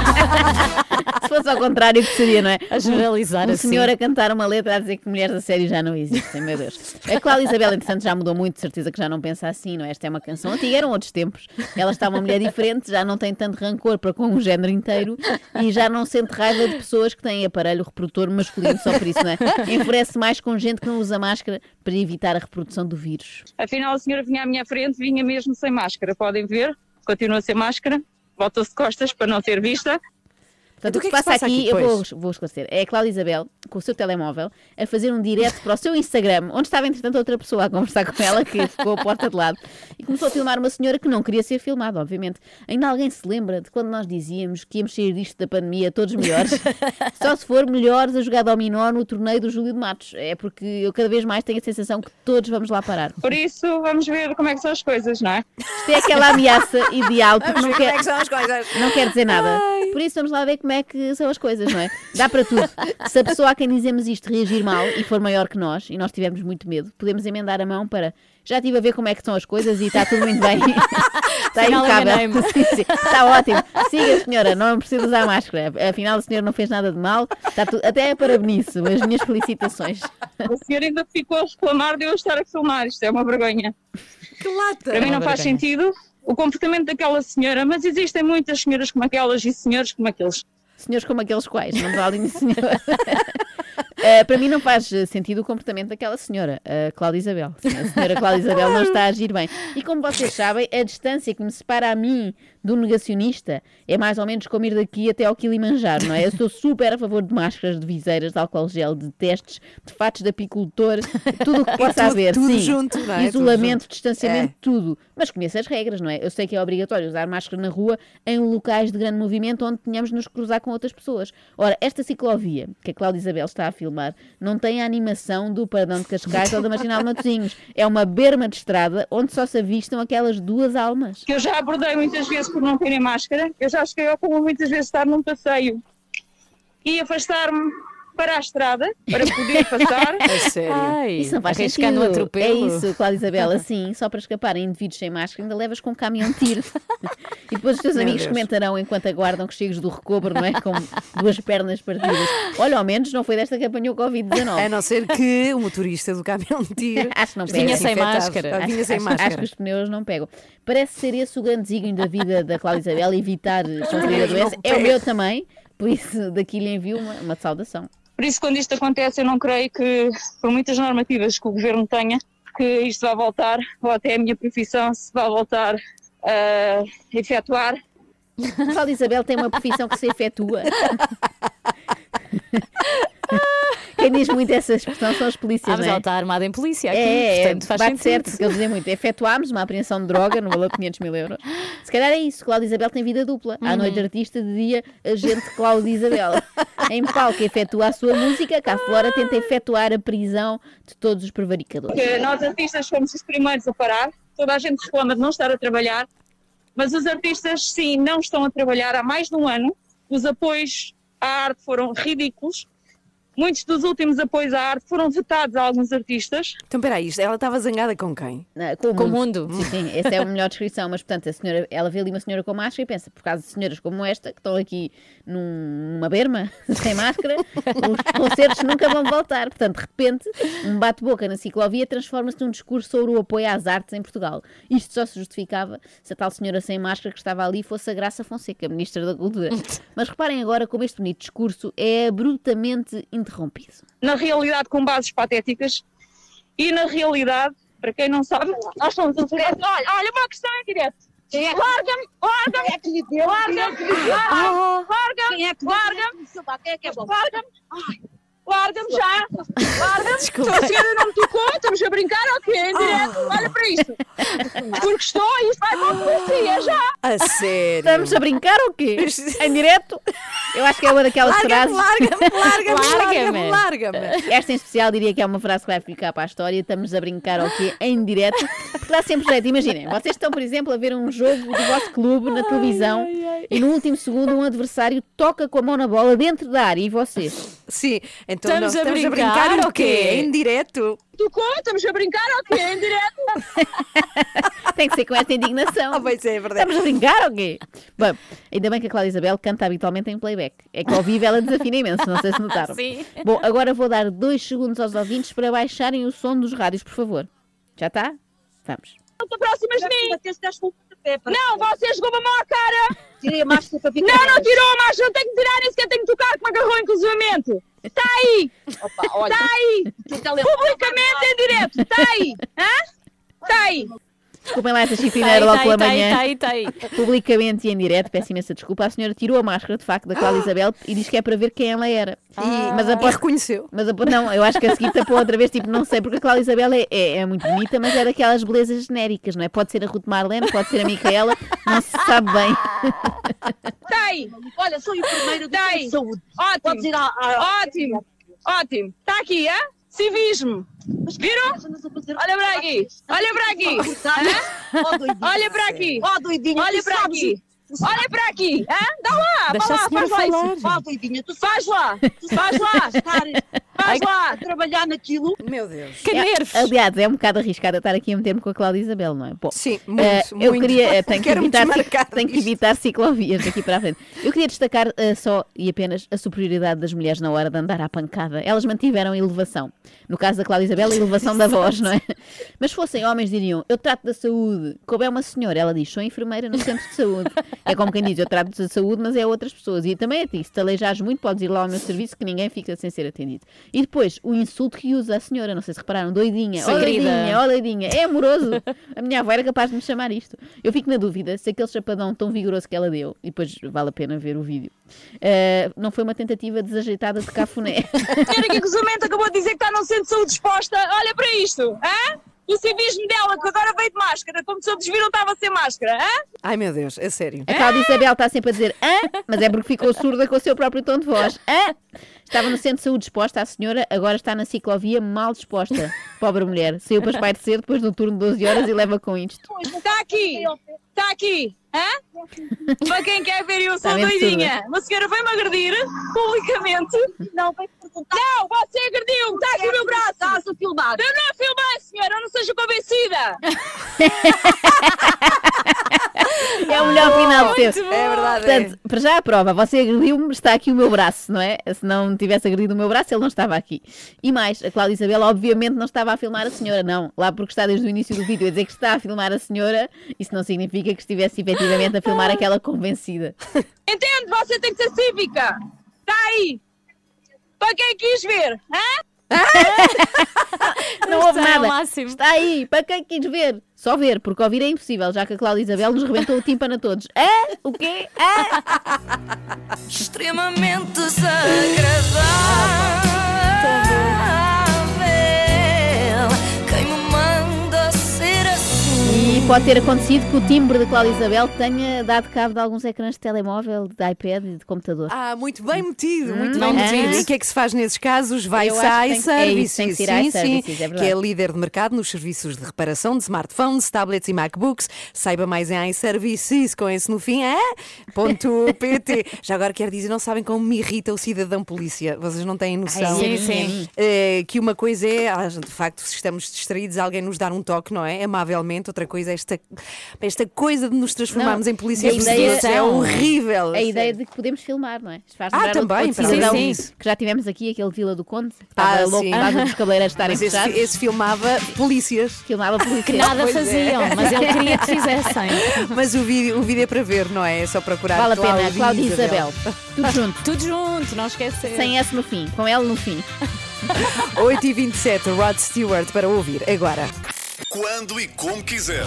S8: Se fosse ao contrário, que seria, não é?
S5: A generalizar
S8: um, um
S5: assim.
S8: senhor a cantar uma letra a dizer que mulheres a sério já não existem, meu Deus. A Cláudia Isabel, entretanto, já mudou muito, de certeza que já não pensa assim, não é? Esta é uma canção antiga, eram outros tempos. Ela está uma mulher diferente, já não tem tanto rancor para com um género inteiro e já não sente raiva de pessoas que têm aparelho reprodutor masculino só por isso, não é? Enfurece mais com gente que não usa máscara para evitar a reprodução do vírus.
S3: Afinal, a senhora vinha à minha frente, vinha mesmo sem máscara, podem ver, continua sem máscara, volta-se de costas para não ser vista.
S8: Portanto, o que, que se passa, passa aqui, aqui eu vou, vou esclarecer. É a Cláudia Isabel, com o seu telemóvel, a fazer um direto para o seu Instagram, onde estava, entretanto, outra pessoa a conversar com ela, que ficou a porta de lado, e começou a filmar uma senhora que não queria ser filmada, obviamente. Ainda alguém se lembra de quando nós dizíamos que íamos sair disto da pandemia todos melhores? Só se for melhores a jogar dominó no torneio do Júlio de Matos. É porque eu cada vez mais tenho a sensação que todos vamos lá parar.
S3: Por isso, vamos ver como é que são as coisas, não é?
S8: Isto é aquela ameaça ideal, porque não quer,
S4: como é que são as coisas.
S8: Não quer dizer nada. Ai. Por isso, vamos lá ver como é que são as coisas, não é? Dá para tudo. Se a pessoa a quem dizemos isto reagir mal e for maior que nós, e nós tivermos muito medo, podemos emendar a mão para já estive a ver como é que são as coisas e está tudo muito bem. Está impecável. Está ótimo. Siga, senhora, não precisa usar máscara. Afinal, a senhora não fez nada de mal. Está tudo... Até é parabenizo. As minhas felicitações.
S3: A senhora ainda ficou a reclamar de eu estar a filmar. Isto é uma vergonha.
S4: Que lata!
S3: Para mim não faz sentido o comportamento daquela senhora, mas existem muitas senhoras como aquelas e senhores como aqueles.
S8: Senhores como aqueles quais? Não valem de senhor. Uh, para mim não faz sentido o comportamento daquela senhora, a Cláudia Isabel. A senhora Cláudia Isabel não está a agir bem. E como vocês sabem, a distância que me separa a mim do negacionista é mais ou menos como ir daqui até ao Kilimanjaro, não é? Eu sou super a favor de máscaras, de viseiras, de álcool gel, de testes, de fatos de apicultor, tudo o que possa
S4: tudo,
S8: haver.
S4: Tudo
S8: Sim.
S4: junto, não é?
S8: Isolamento,
S4: junto.
S8: distanciamento,
S4: é.
S8: tudo. Mas conheço as regras, não é? Eu sei que é obrigatório usar máscara na rua em locais de grande movimento onde tenhamos de nos cruzar com outras pessoas. Ora, esta ciclovia que a Cláudia Isabel está a filmar não tem a animação do Paradão de Cascais ou da Marginal de Matosinhos. É uma berma de estrada onde só se avistam aquelas duas almas.
S3: Que eu já abordei muitas vezes por não terem máscara. Eu já cheguei ao como muitas vezes estar num passeio e afastar-me para a estrada, para poder passar.
S4: É sério.
S5: Ai,
S8: isso não faz sentido. É isso, Cláudia Isabel, assim, só para escapar a indivíduos sem máscara, ainda levas com um caminhão de tiro. E depois os teus
S4: Meu
S8: amigos
S4: Deus.
S8: comentarão enquanto aguardam que chegues do recobro, não é? Com duas pernas partidas. Olha, ao menos não foi desta que apanhou covid dezenove.
S4: A não ser que o motorista do caminhão de tiro
S8: acho que não pega.
S5: Vinha sem
S4: infectado.
S5: máscara.
S4: Ah, vinha
S8: Acho,
S4: sem
S8: acho,
S4: máscara.
S8: acho que os pneus não pegam. Parece ser esse o grande desígnio da vida da Cláudia Isabel, evitar conferir a doença. É o meu também, por isso daqui lhe envio uma, uma saudação.
S3: Por isso, quando isto acontece, eu não creio que, por muitas normativas que o Governo tenha, que isto vai voltar, ou até a minha profissão se vai voltar a efetuar.
S8: A Cláudia Isabel tem uma profissão que se efetua. Quem diz muito essa expressão são os polícias,
S5: Ah, mas
S8: não é?
S5: ela está armada em polícia aqui,
S8: É,
S5: portanto faz
S8: bate
S5: sentido.
S8: certo, porque eles dizem muito. Efetuámos uma apreensão de droga no valor de quinhentos mil euros. Se calhar é isso, Cláudia Isabel tem vida dupla. À noite artista, de dia agente Cláudia Isabel. Em palco efetua a sua música, cá fora tenta efetuar a prisão de todos os prevaricadores.
S3: Porque nós artistas fomos os primeiros a parar, toda a gente reclama de não estar a trabalhar, mas os artistas sim, não estão a trabalhar há mais de um ano, os apoios à arte foram ridículos, muitos dos últimos apoios à arte foram vetados a alguns artistas.
S4: Então, peraí, ela estava zangada com quem?
S8: Não, com o
S5: Com o
S8: mundo.
S5: mundo.
S8: Sim, sim, essa é a melhor descrição, mas portanto, a senhora, ela vê ali uma senhora com máscara e pensa, por causa de senhoras como esta, que estão aqui num- numa berma, sem máscara, os concertos nunca vão voltar. Portanto, de repente, um bate-boca na ciclovia transforma-se num discurso sobre o apoio às artes em Portugal. Isto só se justificava se a tal senhora sem máscara que estava ali fosse a Graça Fonseca, Ministra da Cultura. Mas reparem agora como este bonito discurso é abruptamente interrompido.
S3: Na realidade com bases patéticas e na realidade, para quem não sabe, nós somos um direto. Olha, olha uma questão em direto. Larga-me, larga-me, larga-me, larga-me, larga-me, larga-me, larga-me já, larga-me. Então a senhora não me tocou, estamos a brincar, ok, em direto, olha para isto. Porque estou e isto vai para a polícia já.
S4: A sério?
S8: Estamos a brincar ou quê? Em direto? Eu acho que é uma daquelas frases.
S4: Larga-me, larga-me,
S5: Larga-me.
S4: larga-me, larga-me.
S8: Esta em especial diria que é uma frase que vai ficar para a história. Estamos a brincar ou quê? Em direto. Porque dá sempre jeito. Imaginem, vocês estão, por exemplo, a ver um jogo do vosso clube na televisão e no último segundo um adversário toca com a mão na bola dentro da área e vocês?
S4: Sim, então
S5: Estamos
S4: nós
S5: a
S4: estamos a
S5: brincar
S4: brincar
S5: ou
S4: o quê?
S5: quê?
S4: Em direto?
S3: Tocou, estamos a brincar, ok, em direto.
S8: Tem que ser com esta indignação.
S4: Ah, pois é, é verdade.
S8: Estamos a brincar ou quê? Bom, ainda bem que a Cláudia Isabel canta habitualmente em playback. É que ao vivo ela desafina imenso, não sei se notaram.
S5: Sim.
S8: Bom, agora vou dar dois segundos aos ouvintes para baixarem o som dos rádios, por favor. Já está? Vamos.
S3: Não te aproximas de mim. Não, você jogou a mão à cara.
S12: Tirei a máscara para ficar.
S3: Não, não tirou a máscara, não tenho que tirar, nem sequer tenho que tocar, que me agarrou inclusivamente. Está aí.
S12: Opa, olha.
S3: Está aí. Publicamente em direto. Está aí. Hã? Está aí.
S8: Desculpem lá esta
S5: Tá
S8: chifrineira
S5: aí,
S8: logo
S5: tá
S8: pela
S5: aí, tá aí,
S8: manhã.
S5: tá aí, tá aí.
S8: Publicamente e em direto, peço imensa desculpa. A senhora tirou a máscara, de facto, da Cláudia Isabel e diz que é para ver quem ela era. E, mas
S4: E
S8: após,
S4: reconheceu.
S8: mas após, não, eu acho que a seguir tapou outra vez, tipo, não sei, porque a Cláudia Isabel é, é, é muito bonita, mas é daquelas belezas genéricas, não é? Pode ser a Ruth Marlene, pode ser a Micaela, não se sabe bem.
S3: Está aí.
S12: Olha, sou enfermeira do
S3: Está
S12: centro
S3: aí.
S12: de saúde.
S3: Ótimo.
S12: Podes ir à. à...
S3: Ótimo. Ótimo. Está aqui, hã? Civismo. Viram? Olha para aqui. Olha para aqui. Hã?
S12: Ó, doidinha.
S3: Olha para aqui.
S12: Ó, doidinha.
S3: Olha
S12: tu
S3: para
S12: sabes-
S3: aqui.
S12: tu sabes-
S3: Olha para aqui. Hã? Dá lá.
S5: Deixa
S3: Vá
S5: a
S3: lá.
S5: senhora
S3: Faz lá
S5: falar.
S3: isso.
S12: Ó, doidinha, tu
S3: Faz lá. Faz lá.
S12: estar
S3: Faz lá.
S12: a trabalhar naquilo.
S4: Meu Deus.
S5: Que nervos.
S8: Aliás, é um bocado arriscado estar aqui a meter-me com a Cláudia Isabel, não é? Bom,
S4: Sim, muito,
S8: eh, eu
S4: muito.
S8: queria, eh, tenho que
S4: Quero-me
S8: evitar,
S4: desmarcar
S8: tenho que
S4: disto.
S8: evitar ciclovias daqui para a frente. Eu queria destacar eh, só e apenas a superioridade das mulheres na hora de andar à pancada. Elas mantiveram a elevação. No caso da Cláudia Isabel, a elevação da voz, não é? Mas se fossem homens, diriam, eu trato da saúde. Como é uma senhora, ela diz, sou enfermeira no centro de saúde. É como quem diz, eu trato da saúde, mas é a outras pessoas. E também é ti, se te aleijares muito, podes ir lá ao meu serviço que ninguém fica sem ser atendido. E depois, o insulto que usa a senhora, não sei se repararam, doidinha, ó
S5: Sim, querida.
S8: doidinha, ó doidinha, é amoroso. A minha avó era capaz de me chamar isto. Eu fico na dúvida se aquele chapadão tão vigoroso que ela deu, e depois vale a pena ver o vídeo, eh, não foi uma tentativa desajeitada de cafuné.
S3: A senhora aqui cruzamento acabou de dizer que está num centro de saúde exposta. Olha para isto. Hã? O civismo dela, que agora veio de máscara, como se outros viram estava sem máscara. Hã?
S4: Ai meu Deus, é sério.
S8: A Cláudia Isabel está sempre a dizer hã, mas é porque ficou surda com o seu próprio tom de voz. Hã? Estava no centro de saúde disposta, a senhora agora está na ciclovia mal disposta. Pobre mulher, saiu para espairecer depois do turno de doze horas e leva com isto.
S3: Está aqui. Está aqui. Hã? Para quem quer ver, eu sou
S8: Está mesmo
S3: doidinha. Uma senhora veio-me agredir publicamente.
S12: Não, vem perguntar.
S3: Não, você agrediu-me. Está aqui o meu braço.
S12: Estás a filmar.
S3: Eu não filmei, senhora. Eu não seja convencida.
S8: É o melhor final de sempre.
S4: É verdade.
S8: Portanto, para já a prova, você agrediu-me, está aqui o meu braço, não é? Se não tivesse agredido o meu braço, ele não estava aqui. E mais, a Cláudia Isabel obviamente não estava a filmar a senhora, não. Lá porque está desde o início do vídeo a dizer que está a filmar a senhora, isso não significa que estivesse efetivamente a filmar aquela convencida.
S3: Entende? Você tem que ser cívica. Está aí. Para quem quis ver. Hã?
S8: Não houve
S5: Está ao
S8: nada.
S5: máximo.
S8: Está aí, para quem quis ver. Só ver, porque ouvir é impossível, já que a Cláudia Isabel nos rebentou o tímpano a todos. É? O quê? É?
S11: Extremamente desagradável. Quem me manda ser assim?
S8: E pode ter acontecido que o timbre de Cláudia Isabel tenha dado cabo de alguns ecrãs de telemóvel, de iPad e de computador.
S4: Ah, muito bem metido, muito
S8: Hum,
S4: bem
S8: é.
S4: metido. E o que é que se faz nesses casos? Vai-se
S8: Eu acho
S4: à
S8: que tem- é isso,
S4: iServices,
S8: tem que ser
S4: sim,
S8: iServices,
S4: sim,
S8: é verdade.
S4: que é líder de mercado nos serviços de reparação de smartphones, tablets e MacBooks. Saiba mais em iServices, com esse no fim, é? Ponto .pt. Já agora quero dizer, não sabem como me irrita o cidadão polícia. Vocês não têm noção.
S5: Sim, sim.
S4: Eh, que uma coisa é, ah, de facto, se estamos distraídos, alguém nos dar um toque, não é? Amavelmente. Outra coisa é esta, esta coisa de nos transformarmos
S8: Não,
S4: em polícia.
S8: a ideia-
S4: É horrível.
S8: A ideia de que podemos filmar, não é? Isto faz
S4: Ah,
S8: lembrar
S4: também,
S8: outro
S4: para
S8: cidadão
S4: além disso.
S8: que já tivemos aqui, aquele Vila do Conde, que
S4: Ah,
S8: estava louco
S4: sim.
S8: por causa dos cabeleireiros estarem
S4: Mas esse,
S8: fechados.
S4: esse filmava polícias.
S8: Filmava polícia.
S5: Que nada
S4: Pois é.
S5: faziam, mas ele queria que fizessem.
S4: Mas o vídeo, o vídeo é para ver, não é? É só procurar
S8: Vale a pena,
S4: Cláudia
S8: Cláudia e Isabel. Tudo junto.
S5: Tudo junto, não esquecer.
S8: Sem S no fim, com L no fim.
S4: oito e vinte e sete, Rod Stewart para ouvir agora.
S1: Quando e como quiser.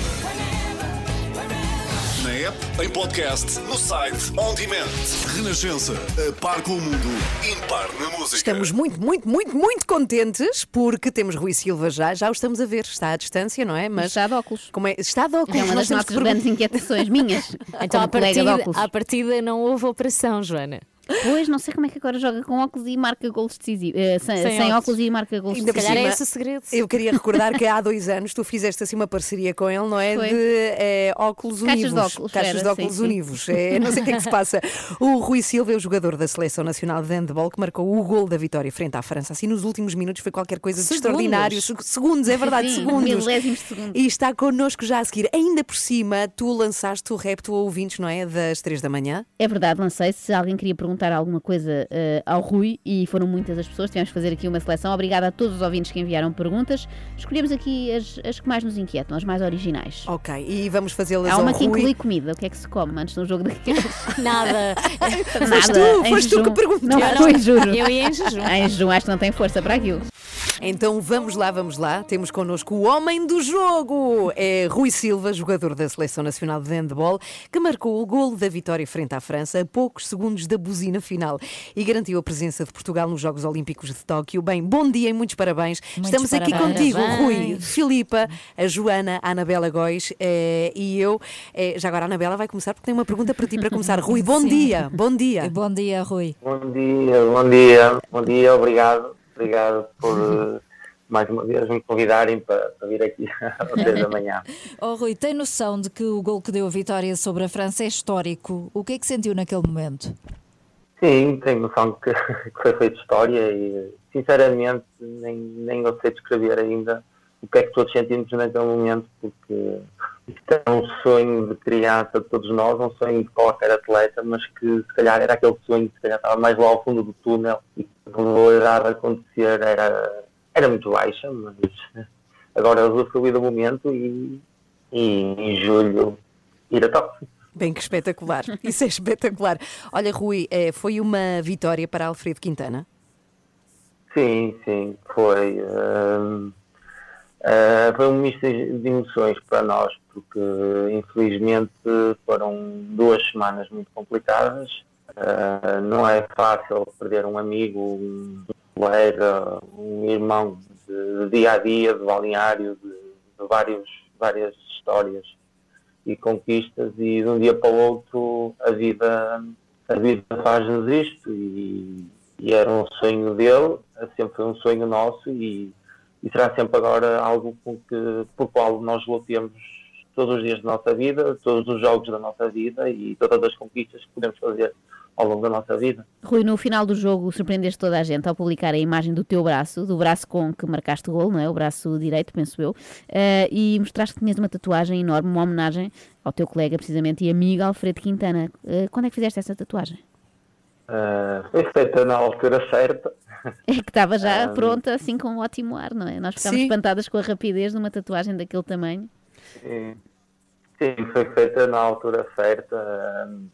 S1: Na app, em podcast, no site, on demand. Renascença, a par com o mundo, impar na música.
S4: Estamos muito, muito, muito, muito contentes porque temos Rui Silva já, já o estamos a ver, está à distância, não é? Mas
S8: está de óculos.
S4: Como é? Está de óculos.
S8: É uma
S4: nós
S8: das
S4: temos
S8: nossas
S4: que
S8: grandes inquietações, minhas.
S5: Então,
S8: como
S5: à
S8: colega de
S5: partida,
S8: óculos.
S5: à partida não houve operação, Joana.
S8: Pois, não sei como é que agora joga com óculos e marca golos decisivos. Eh, sem,
S5: Sem
S8: sem
S5: óculos.
S8: óculos e marca golos
S4: Ainda por
S8: decisivos.
S5: calhar é
S4: cima,
S5: esse o segredo.
S4: Eu queria recordar que há dois anos tu fizeste assim uma parceria com ele, não é?
S8: Foi.
S4: De eh, óculos
S8: Caixas
S4: univos.
S8: de óculos,
S4: Caixas
S8: era,
S4: de óculos
S8: sim, sim.
S4: univos. É, não sei o que é que se passa. O Rui Silva é o jogador da Seleção Nacional de Handball que marcou o gol da vitória frente à França. Assim, nos últimos minutos foi qualquer coisa de
S5: Segundos.
S4: extraordinário. Se- Segundos, é verdade,
S8: Sim,
S4: segundos.
S8: milésimos de segundo.
S4: E está connosco já a seguir. Ainda por cima, tu lançaste o repto a ouvintes, não é? Das três da manhã.
S8: É verdade, não sei se alguém queria perguntar alguma coisa eh, ao Rui, e foram muitas as pessoas, tivemos que fazer aqui uma seleção. Obrigada a todos os ouvintes que enviaram perguntas. Escolhemos aqui as, as que mais nos inquietam, as mais originais.
S4: Ok, e vamos fazê-las
S8: Há
S4: ao
S8: uma que
S4: Rui.
S8: inclui comida. O que é que se come antes de um jogo daqueles?
S5: Nada.
S4: Foste tu,
S8: em
S4: foste tu
S8: jejum.
S4: que perguntou.
S8: Não
S5: Eu
S8: foi,
S5: não-
S8: juro.
S5: eu ia em jejum.
S8: Em jejum, acho que não tem força para aquilo.
S4: Então vamos lá, vamos lá. Temos connosco o homem do jogo. É Rui Silva, jogador da Seleção Nacional de Handball, que marcou o golo da vitória frente à França a poucos segundos da buzina final e garantiu a presença de Portugal nos Jogos Olímpicos de Tóquio. Bem, bom dia e muitos parabéns.
S5: Muitos
S4: Estamos aqui
S5: parabéns.
S4: contigo, Rui,
S5: Parabéns.
S4: Filipa, a Joana, a Anabela Góis eh, e eu. Eh, já agora a Anabela vai começar porque tem uma pergunta para ti para começar. Rui, bom
S7: Sim.
S4: dia, bom dia.
S7: Bom dia, Rui.
S13: Bom dia, bom dia, bom dia, obrigado, obrigado por eh, mais uma vez me convidarem para, para vir aqui às três da manhã.
S7: Oh, Rui, tem noção de que o gol que deu a vitória sobre a França é histórico? O que é que sentiu naquele momento?
S13: Sim, tenho noção que, que foi feita história e sinceramente nem, nem eu sei descrever ainda o que é que todos sentimos naquele momento, porque isto é um sonho de criança de todos nós, um sonho de qualquer atleta, mas que se calhar era aquele sonho que se calhar estava mais lá ao fundo do túnel e que a probabilidade de acontecer era, era muito baixa, mas agora usufruí do momento e, e em julho ir a Tóquio.
S4: Bem, que espetacular. Isso é espetacular. Olha, Rui, eh, foi uma vitória para Alfredo Quintana?
S13: Sim, sim, foi. hum, Uh, foi um misto de emoções para nós, porque infelizmente foram duas semanas muito complicadas. Uh, não é fácil perder um amigo, um colega, um irmão de, de dia a dia, de balneário, de, de vários, várias histórias e conquistas, e de um dia para o outro a vida, a vida faz-nos isto, e, e era um sonho dele, sempre foi um sonho nosso, e E será sempre agora algo com que, por qual nós lutemos todos os dias da nossa vida, todos os jogos da nossa vida e todas as conquistas que podemos fazer ao longo da nossa vida.
S8: Rui, no final do jogo surpreendeste toda a gente ao publicar a imagem do teu braço, do braço com que marcaste o gol, não é? O braço direito, penso eu, uh, e mostraste que tinhas uma tatuagem enorme, uma homenagem ao teu colega, precisamente, e amigo Alfredo Quintana. Uh, quando é que fizeste essa tatuagem?
S13: Uh, foi feita na altura certa.
S8: É que estava já
S13: Um,
S8: pronta, assim com um ótimo ar, não é? Nós ficámos
S13: Sim.
S8: espantadas com a rapidez de uma tatuagem daquele tamanho.
S13: Sim, sim, foi feita na altura certa. Um,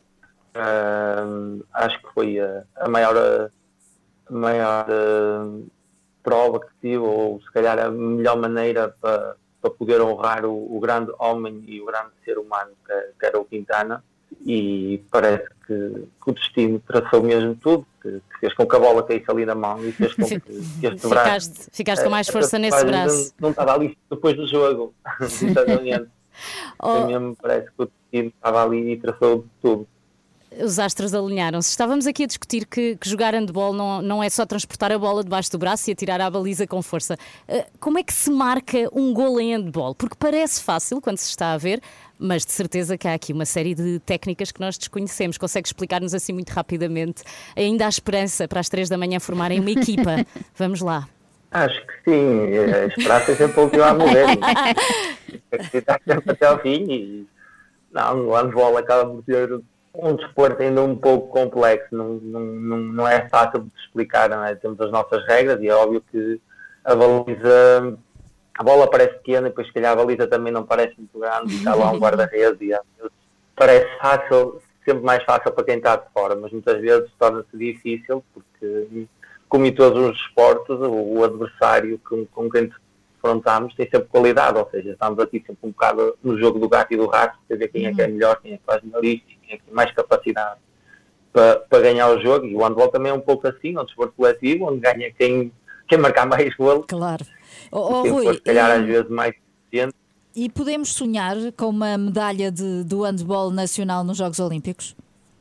S13: um, acho que foi a, a maior, a maior uh, prova que tive, ou se calhar a melhor maneira para, para poder honrar o, o grande homem e o grande ser humano que, que era o Quintana. E parece que, que o destino traçou mesmo tudo, que, que fez com que a bola caísse ali na mão e fez com que, que este braço...
S5: Ficaste, ficaste com mais
S13: eh,
S5: força
S13: esta
S5: nesse
S13: tatuagem
S5: braço.
S13: Não, não estava ali depois do jogo, exatamente. Oh. Mesmo parece que o destino estava ali e traçou tudo.
S5: Os astros alinharam-se. Estávamos aqui a discutir que, que jogar handball não, não é só transportar a bola debaixo do braço e atirar à baliza com força. Uh, como é que se marca um golo em handball? Porque parece fácil quando se está a ver, mas de certeza que há aqui uma série de técnicas que nós desconhecemos. Consegue explicar-nos assim muito rapidamente? Ainda há esperança para às três da manhã formarem uma equipa. Vamos lá.
S13: Acho que sim. A esperança é sempre a última a morrer. Acreditar sempre até ao fim. E... Não, o handball acaba por ter um desporto ainda um pouco complexo, não, não, não, não é fácil de explicar, não é? Temos as nossas regras e é óbvio que a baliza, a bola parece pequena e depois se calhar a baliza também não parece muito grande e está lá um guarda-redes e às vezes parece fácil, sempre mais fácil para quem está de fora, mas muitas vezes torna-se difícil porque, como em todos os esportes, o, o adversário com, com quem confrontamos tem sempre qualidade, ou seja, estamos aqui sempre um bocado no jogo do gato e do rato, para ver quem é que é melhor, quem é que faz melhor isto, quem é que tem mais capacidade para, para ganhar o jogo. E o handball também é um pouco assim, é um desporto coletivo, onde ganha quem, quem marcar mais golos.
S7: Claro. Oh, oh,
S13: quem
S7: Rui,
S13: for, se calhar,
S7: e...
S13: às vezes mais eficiente.
S7: E podemos sonhar com uma medalha de, do handball nacional nos Jogos Olímpicos?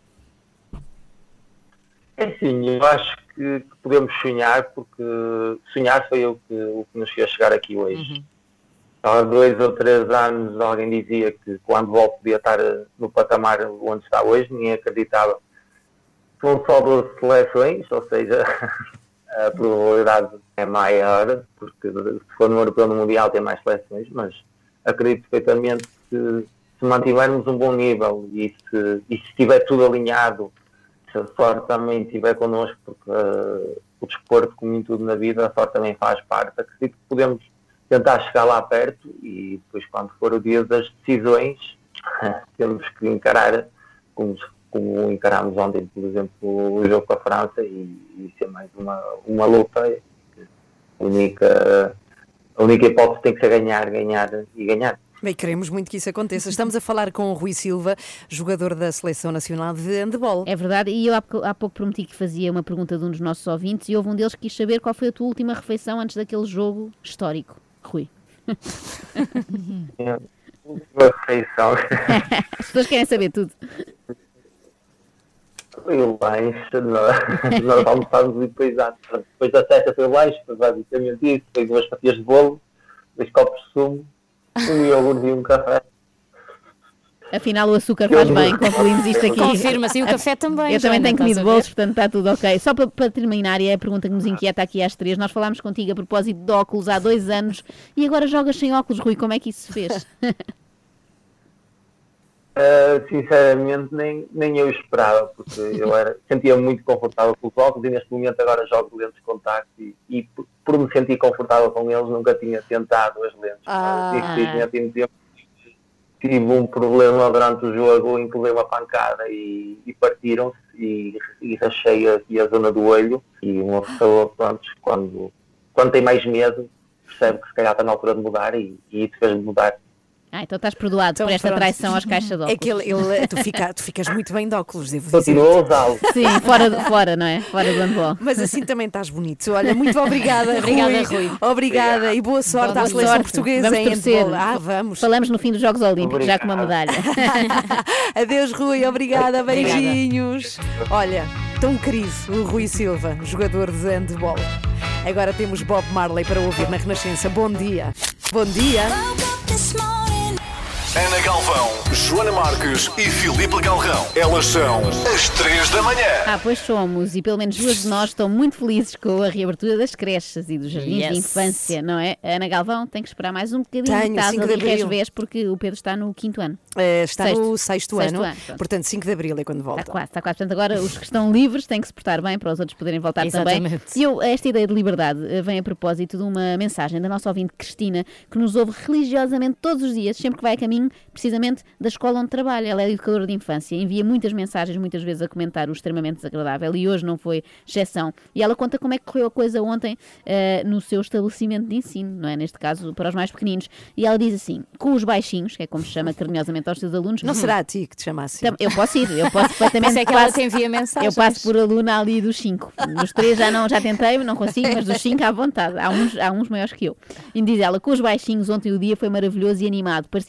S13: É sim, eu acho que, que podemos sonhar, porque sonhar foi o que, o que nos fez chegar aqui hoje. Uhum. Há dois ou três anos alguém dizia que o handball podia estar no patamar onde está hoje, ninguém acreditava. São só duas seleções, ou seja, a probabilidade é maior, porque se for no europeu no mundial tem mais seleções, mas acredito perfeitamente que se mantivermos um bom nível e se, e se estiver tudo alinhado, se a sorte também estiver connosco, porque uh, o desporto, como em tudo na vida, a sorte também faz parte. Acredito que podemos tentar chegar lá perto e depois, quando for o dia das decisões, temos que encarar, como, como encarámos ontem, por exemplo, o jogo com a França e, e ser mais uma, uma luta. A única, a única hipótese tem que ser ganhar, ganhar e ganhar.
S4: Bem, queremos muito que isso aconteça. Estamos a falar com o Rui Silva, jogador da Seleção Nacional de Handball.
S8: É verdade, e eu há pouco, há pouco prometi que fazia uma pergunta de um dos nossos ouvintes e houve um deles que quis saber qual foi a tua última refeição antes daquele jogo histórico. Rui.
S13: Uma refeição.
S8: As pessoas querem saber tudo.
S13: Foi o lanche, nós, nós almoçámos e depois, depois da festa foi o lanche, foi basicamente isso, foi duas fatias de bolo, dois copos de sumo, um iogurte e um café.
S8: Afinal o açúcar faz bem, concluímos isto aqui.
S5: Confirma-se, e o café também.
S8: Eu também
S5: Joana,
S8: tenho comido
S5: estás a
S8: bolos,
S5: ver?
S8: portanto está tudo ok. Só para, para terminar, e é a pergunta que nos inquieta aqui às três, nós falámos contigo a propósito de óculos há dois anos e agora jogas sem óculos, Rui, como é que isso se fez?
S13: Uh, sinceramente nem, nem eu esperava, porque eu era, sentia-me muito confortável com os óculos e neste momento agora jogo lentes de contacto e, e por, por me sentir confortável com eles nunca tinha tentado as lentes.
S4: Ah.
S13: Infelizmente tive um problema durante o jogo em que levei uma pancada e, e partiram-se e, e rachei aqui a zona do olho e uma pessoa, pronto, quando, quando tem mais medo percebe que se calhar está na altura de mudar e, e isso fez-me mudar.
S8: Ah, então estás perdoado
S4: Então,
S8: por esta
S4: pronto.
S8: traição às caixas de óculos.
S4: É que ele, ele- tu, fica- tu ficas muito bem de óculos, devo dizer.
S13: Continuo a usá-lo.
S8: Sim, fora, de- fora, não é? Fora do handball.
S4: Mas assim também estás bonito. Olha, muito obrigada,
S5: Obrigada,
S4: Rui.
S5: Rui.
S4: Obrigada e boa sorte
S8: Boa
S4: à seleção
S8: sorte.
S4: portuguesa
S8: Vamos
S4: em
S8: torcer.
S4: handball. Ah, vamos.
S8: Falamos no fim dos Jogos Olímpicos, já com uma medalha.
S4: Adeus, Rui. Obrigada. Beijinhos. Olha, tão querido o Rui Silva, jogador de handball. Agora temos Bob Marley para ouvir na Renascença. Bom dia. Bom dia.
S1: Ana Galvão, Joana Marques e Filipe Galrão. Elas são as três da manhã.
S8: Ah, pois somos, e pelo menos duas de nós estão muito felizes com a reabertura das creches e dos jardins
S5: Yes.
S8: de infância, não é? A Ana Galvão tem que esperar mais um bocadinho,
S4: Tenho,
S8: estás
S4: cinco de
S8: ali
S4: abril.
S8: resvés, porque o Pedro está no quinto ano.
S4: Eh, está
S8: Sexto.
S4: no sexto,
S8: Sexto
S4: ano,
S8: ano, pronto.
S4: portanto cinco de abril é quando volta.
S8: Está quase, está quase. Portanto, agora os que estão livres têm que se portar bem para os outros poderem voltar também.
S5: Exatamente.
S8: E eu, esta ideia de liberdade eh, vem a propósito de uma mensagem da nossa ouvinte Cristina, que nos ouve religiosamente todos os dias, sempre que vai a caminho, precisamente da escola onde trabalha. Ela é educadora de infância, envia muitas mensagens, muitas vezes a comentar o extremamente desagradável, e hoje não foi exceção. E ela conta como é que correu a coisa ontem eh, no seu estabelecimento de ensino, não é? Neste caso, para os mais pequeninos. E ela diz assim, com os baixinhos, que é como se chama carinhosamente aos seus alunos...
S4: Não será a ti que te chama assim?
S8: Tam- Eu posso ir, eu posso perfeitamente.
S5: Mas é que ela
S8: passo-
S5: te envia mensagens.
S8: Eu passo por aluna ali dos cinco. Dos três já, não, já tentei, não consigo, mas dos cinco à vontade. Há uns, há uns maiores que eu. E diz ela, com os baixinhos, ontem o dia foi maravilhoso e animado. Parecia que era uma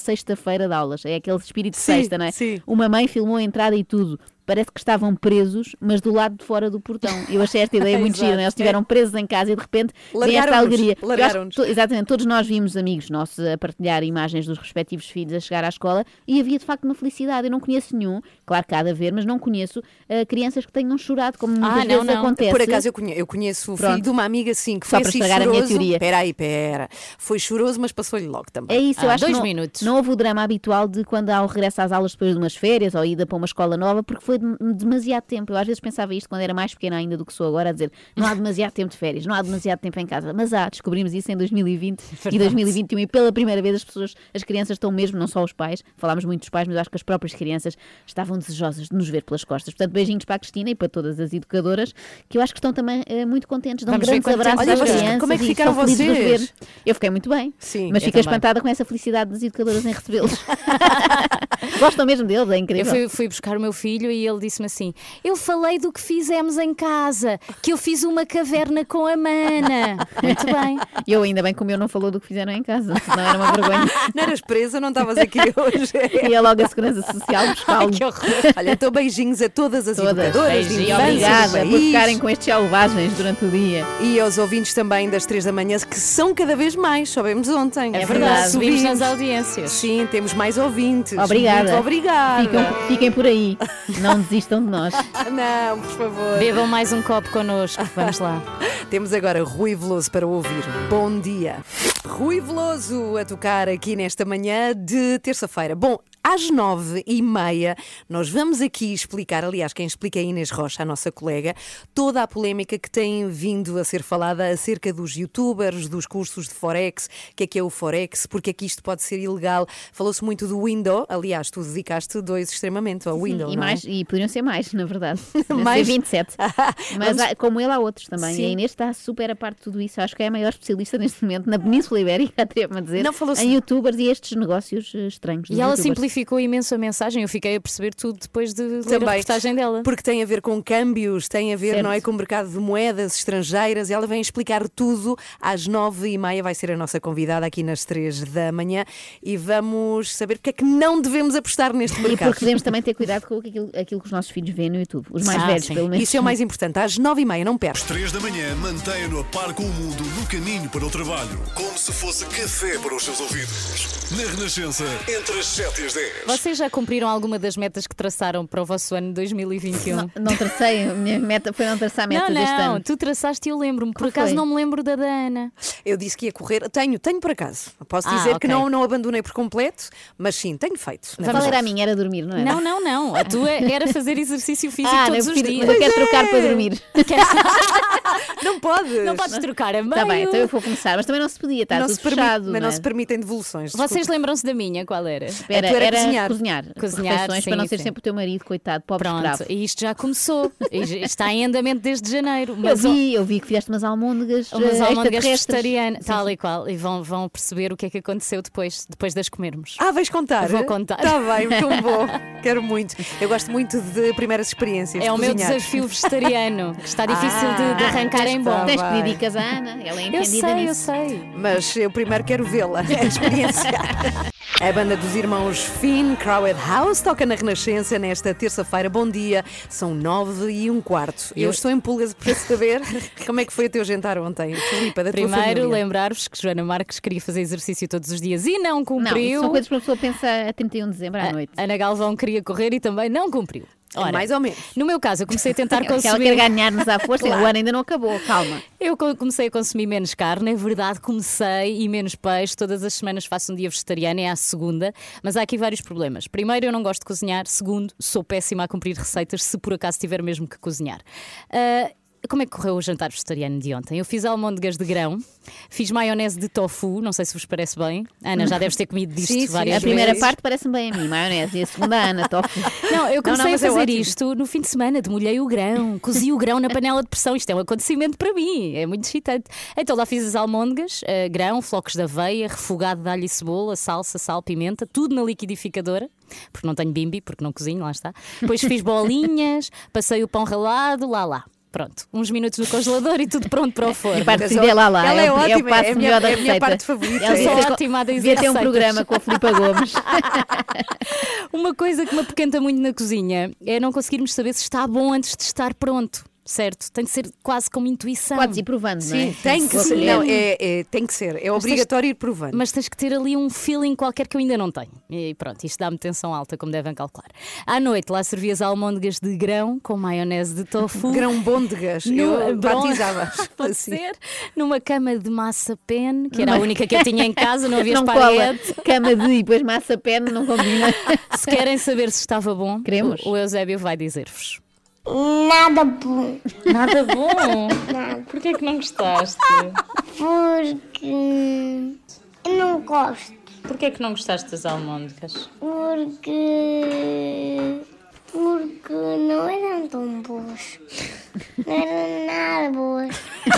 S8: sexta-feira de aulas. É aquele espírito de
S4: Sim,
S8: sexta, não é?
S4: sim.
S8: Uma mãe filmou a entrada e tudo. Parece que estavam presos, mas do lado de fora do portão. Eu achei esta ideia muito gira, não é? Eles estiveram presos em casa e de repente vem esta alegria. Eu acho que to- exatamente, todos nós vimos amigos nossos a partilhar imagens dos respectivos filhos a chegar à escola e havia de facto uma felicidade. Eu não conheço nenhum, claro que há de haver, mas não conheço uh, crianças que tenham chorado, como muitas
S4: Ah, não,
S8: vezes
S4: não.
S8: acontece.
S4: Por acaso eu conheço, eu conheço o filho
S8: Pronto.
S4: de uma amiga, sim, que
S8: Só
S4: foi
S8: para
S4: assim
S8: estragar a minha
S4: choroso.
S8: teoria.
S4: Espera aí, pera. Foi choroso, mas passou-lhe logo também.
S8: É isso, eu
S5: Ah,
S8: acho
S5: dois
S8: que não,
S5: minutos.
S8: não houve o drama habitual de quando há o regresso às aulas depois de umas férias ou ida para uma escola nova, porque foi de- demasiado tempo. Eu às vezes pensava isto quando era mais pequena ainda do que sou agora, a dizer não há demasiado tempo de férias, não há demasiado tempo em casa. Mas há, descobrimos isso em dois mil e vinte e dois mil e vinte e um e pela primeira vez as pessoas, as crianças estão mesmo, não só os pais, falámos muito dos pais, mas eu acho que as próprias crianças estavam desejosas de nos ver pelas costas. Portanto, beijinhos para a Cristina e para todas as educadoras, que eu acho que estão também eh, muito contentes. Dão
S5: Vamos ver
S8: grandes
S5: quanto
S8: abraços
S5: tempo
S8: às
S5: dura.
S8: crianças.
S4: Como é que
S8: e
S4: ficaram
S8: estão felizes de os
S4: vocês?
S8: ver. Eu fiquei muito bem,
S4: Sim,
S8: mas
S5: eu
S8: fiquei
S5: também.
S8: espantada com essa felicidade das educadoras em recebê-los. Gostam mesmo deles, é
S5: Eu
S8: incrível.
S5: fui, fui buscar o meu filho e ele disse-me assim: eu falei do que fizemos em casa, que eu fiz uma caverna com a mana. Muito bem.
S8: E eu ainda bem que o meu não falou do que fizeram em casa, senão era uma vergonha.
S4: Não eras presa, não estavas aqui hoje.
S8: Ia logo a Segurança Social buscá-lo.
S5: Que horror.
S4: Olha, então beijinhos a todas as
S8: Todas.
S4: educadoras de
S8: Beijinho,
S4: infância do
S8: obrigada por
S4: país.
S8: ficarem com estes selvagens durante o dia.
S4: E aos ouvintes também das três da manhã, que são cada vez mais, soubemos ontem.
S5: É verdade, subimos
S4: Subimos.
S5: nas audiências.
S4: Sim, temos mais ouvintes.
S8: Obrigada.
S4: Muito obrigada.
S8: Ficam- fiquem por aí, não desistam de nós.
S4: Ah, não, por favor.
S5: Bebam mais um copo connosco. Vamos lá.
S4: Temos agora Rui Veloso para ouvir. Bom dia. Rui Veloso a tocar aqui nesta manhã de terça-feira. Bom, às nove e meia nós vamos aqui explicar, aliás, quem explica é a Inês Rocha, a nossa colega, toda a polémica que tem vindo a ser falada acerca dos youtubers, dos cursos de Forex, o que é que é o Forex, porque é que isto pode ser ilegal. Falou-se muito do Window, aliás, tu dedicaste dois extremamente ao Window,
S8: e,
S4: não é?
S8: mais, e poderiam ser mais, na verdade. Poderiam
S4: Mais?
S8: ser vinte e sete. Mas
S4: Vamos-
S8: há- como ele, há outros também.
S4: Sim.
S8: E a Inês está super a par de tudo isso. Acho que é a maior especialista neste momento na Península Ibérica, atrevo-me a dizer,
S5: Não, falou-se-
S8: em youtubers e estes negócios eh, estranhos. dos
S5: E ela
S8: youtubers.
S5: simplificou imenso a mensagem. Eu fiquei a perceber tudo depois de ler a
S4: Também,
S5: reportagem dela.
S4: porque tem a ver com câmbios, tem a ver,
S5: Certo.
S4: não é, com o mercado de moedas estrangeiras. Ela vem explicar tudo às nove e meia, vai ser a nossa convidada aqui nas três da manhã e vamos saber porque é que não devemos apostar neste
S8: E
S4: mercado.
S8: porque devemos também ter cuidado com aquilo, aquilo que os nossos filhos veem no YouTube. Os mais
S4: Ah,
S8: velhos,
S4: sim.
S8: pelo menos.
S4: Isso é o mais importante. Às nove e meia, não perca.
S1: Às três da manhã, mantenha-no a par com o mundo no caminho para o trabalho. Como se fosse café para os seus ouvidos. Na Renascença, entre as sete e as dez.
S5: Vocês já cumpriram alguma das metas que traçaram para o vosso ano dois mil e vinte e um?
S8: Não, não tracei, a minha meta foi não traçar metas
S5: não,
S8: este
S5: não,
S8: ano.
S5: tu traçaste e eu lembro-me. Por
S8: Qual
S5: acaso
S8: foi?
S5: não me lembro da da Ana.
S4: Eu disse que ia correr. Tenho, tenho por acaso. Posso
S5: Ah,
S4: dizer
S5: ok.
S4: que não, não abandonei por completo, mas sim, tenho feito.
S8: Qual era a minha? Era dormir, não era?
S5: Não, não, não. A tua era fazer exercício físico
S8: Ah,
S5: todos
S8: eu
S5: os
S8: prefiro-
S5: dias.
S8: mas eu quero
S4: Pois
S8: trocar
S4: é.
S8: para dormir.
S4: Não podes.
S5: Não podes trocar a meio.
S8: Está bem, então eu vou começar, mas também não se podia, está
S4: não
S8: tudo
S4: se permite-
S8: fechado.
S4: mas
S8: não
S4: não
S8: é?
S4: se permitem devoluções.
S5: Vocês
S4: desculpa.
S5: lembram-se da minha? Qual era?
S8: Espera,
S4: A tua era
S8: era
S4: cozinhar.
S8: cozinhar.
S5: Cozinhar,
S8: refeições
S5: sim,
S8: para não ser
S5: sim.
S8: sempre o teu marido, coitado, pobre
S5: Pronto,
S8: escravo.
S5: e isto já começou. E já está em andamento desde janeiro.
S8: Eu
S5: Mas
S8: vi, eu vi que fizeste umas almôndegas
S5: umas
S8: eh,
S5: almôndegas
S8: extraterrestres.
S5: vegetarianas, tal e qual. E vão, vão perceber o que é que aconteceu depois, depois de as comermos.
S4: Ah, vais contar?
S5: Vou contar.
S4: Está bem, muito bom. Quero muito. Eu gosto muito de primeiras experiências.
S5: É
S4: de
S5: o meu
S4: cozinhar.
S5: desafio vegetariano, que está difícil de, de
S4: Ah,
S5: arrancar em bom.
S8: Tens que
S4: Vai.
S8: pedir dicas à Ana, ela é
S5: Eu
S8: entendida
S5: sei, eu
S8: nisso.
S5: sei.
S4: Mas eu primeiro quero vê-la, experienciar. A banda dos irmãos Finn, Crowded House, toca na Renascença nesta terça-feira. Bom dia, são nove e um quarto. Eu,
S5: Eu-
S4: estou em pulgas para saber como é que foi o teu jantar ontem, Filipa, da tua
S5: Primeiro,
S4: família.
S5: lembrar-vos que Joana Marques queria fazer exercício todos os dias e não
S8: Não,
S5: cumpriu.
S8: isso são coisas que uma pessoa pensa a trinta e um de dezembro à noite.
S5: Ana Galvão queria correr e também não cumpriu. Ora,
S4: Mais ou menos.
S5: no meu caso, eu comecei a tentar
S8: Ela
S5: consumir.
S8: quer ganhar-nos à força,
S4: Claro.
S8: o ano ainda não acabou, calma.
S5: Eu co- comecei a consumir menos carne, é verdade, comecei, e menos peixe. Todas as semanas faço um dia vegetariano, é à segunda. Mas há aqui vários problemas. Primeiro, eu não gosto de cozinhar. Segundo, sou péssima a cumprir receitas, se por acaso tiver mesmo que cozinhar. Ah, como é que correu o jantar vegetariano de ontem? Eu fiz almôndegas de grão, fiz maionese de tofu, não sei se vos parece bem. Ana, já deves ter comido disto
S4: Sim, sim.
S5: várias
S8: A
S5: vezes.
S8: primeira parte parece-me bem a mim, maionese, e a segunda a Ana, tofu.
S5: Não, eu comecei
S4: não,
S5: a
S4: mas é
S5: fazer
S4: ótimo.
S5: isto no fim de semana, demolhei o grão, cozi o grão na panela de pressão. Isto é um acontecimento para mim, é muito excitante. Então lá fiz as almôndegas, eh, grão, flocos de aveia, refogado de alho e cebola, salsa, sal, pimenta, tudo na liquidificadora, porque não tenho bimbi, porque não cozinho, lá está. Depois fiz bolinhas, passei o pão ralado, lá lá. pronto, uns minutos no congelador e tudo pronto para o forno.
S8: E parte é lá, lá.
S4: Ela
S8: é,
S4: é
S8: o-
S4: ótima,
S8: é o passo
S4: é a minha-
S8: melhor da
S4: é a minha
S8: receita.
S4: parte favorita.
S8: Ela
S5: Sou
S8: devia ter-
S5: ótima a dizer
S8: devia ter um
S5: receitas.
S8: programa com a Filipa Gomes.
S5: Uma coisa que me apoquenta muito na cozinha é não conseguirmos saber se está bom antes de estar pronto. Certo? Tem de ser quase como intuição.
S8: Podes ir provando, não é?
S4: Sim, tem que
S8: Com a
S4: ser.
S8: colher.
S4: Não, é, é- tem que ser. É
S5: Mas
S4: obrigatório ir provando.
S5: Mas tens que ter ali um feeling qualquer que eu ainda não tenho. E pronto, isto dá-me tensão alta, como devem calcular. À noite, lá servi as almôndegas de grão com maionese de tofu.
S4: Grão bôndegas.
S5: No-
S4: Eu
S5: bom,
S4: batizava.
S5: Pode
S4: assim.
S5: ser. Numa cama de massa pen, que era a única que eu tinha em casa, não havia
S8: Não cola.
S5: esparguete.
S8: Cama de e depois massa pena, não combina.
S5: Se querem saber se estava bom,
S8: Queremos.
S5: o o Eusébio vai dizer-vos.
S14: Nada bom.
S5: Nada bom? Porquê é que não gostaste?
S14: Porque eu não gosto.
S5: Porquê é que não gostaste das almôndegas?
S14: Porque. Porque não eram tão boas. Não eram nada boas.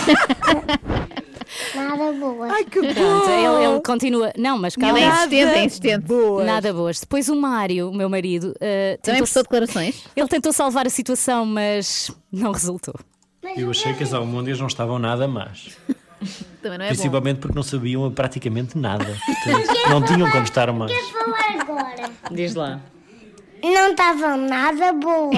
S14: Nada boas.
S4: Ai, que
S5: Pronto,
S4: bom!
S5: ele, ele continua. Não, mas calma.
S8: Ele é insistente, é insistente.
S4: Boas.
S5: Nada boas. Depois o Mário, o meu marido, uh,
S8: Também
S5: tentou,
S8: prestou declarações?
S5: ele tentou salvar a situação, mas não resultou.
S15: Eu achei que as almôndegas não estavam nada más.
S8: Também não é bom.
S15: Principalmente porque não sabiam praticamente nada. Portanto, não tinham como estar más.
S14: Quero falar agora.
S5: Diz lá.
S14: Não estavam nada boas.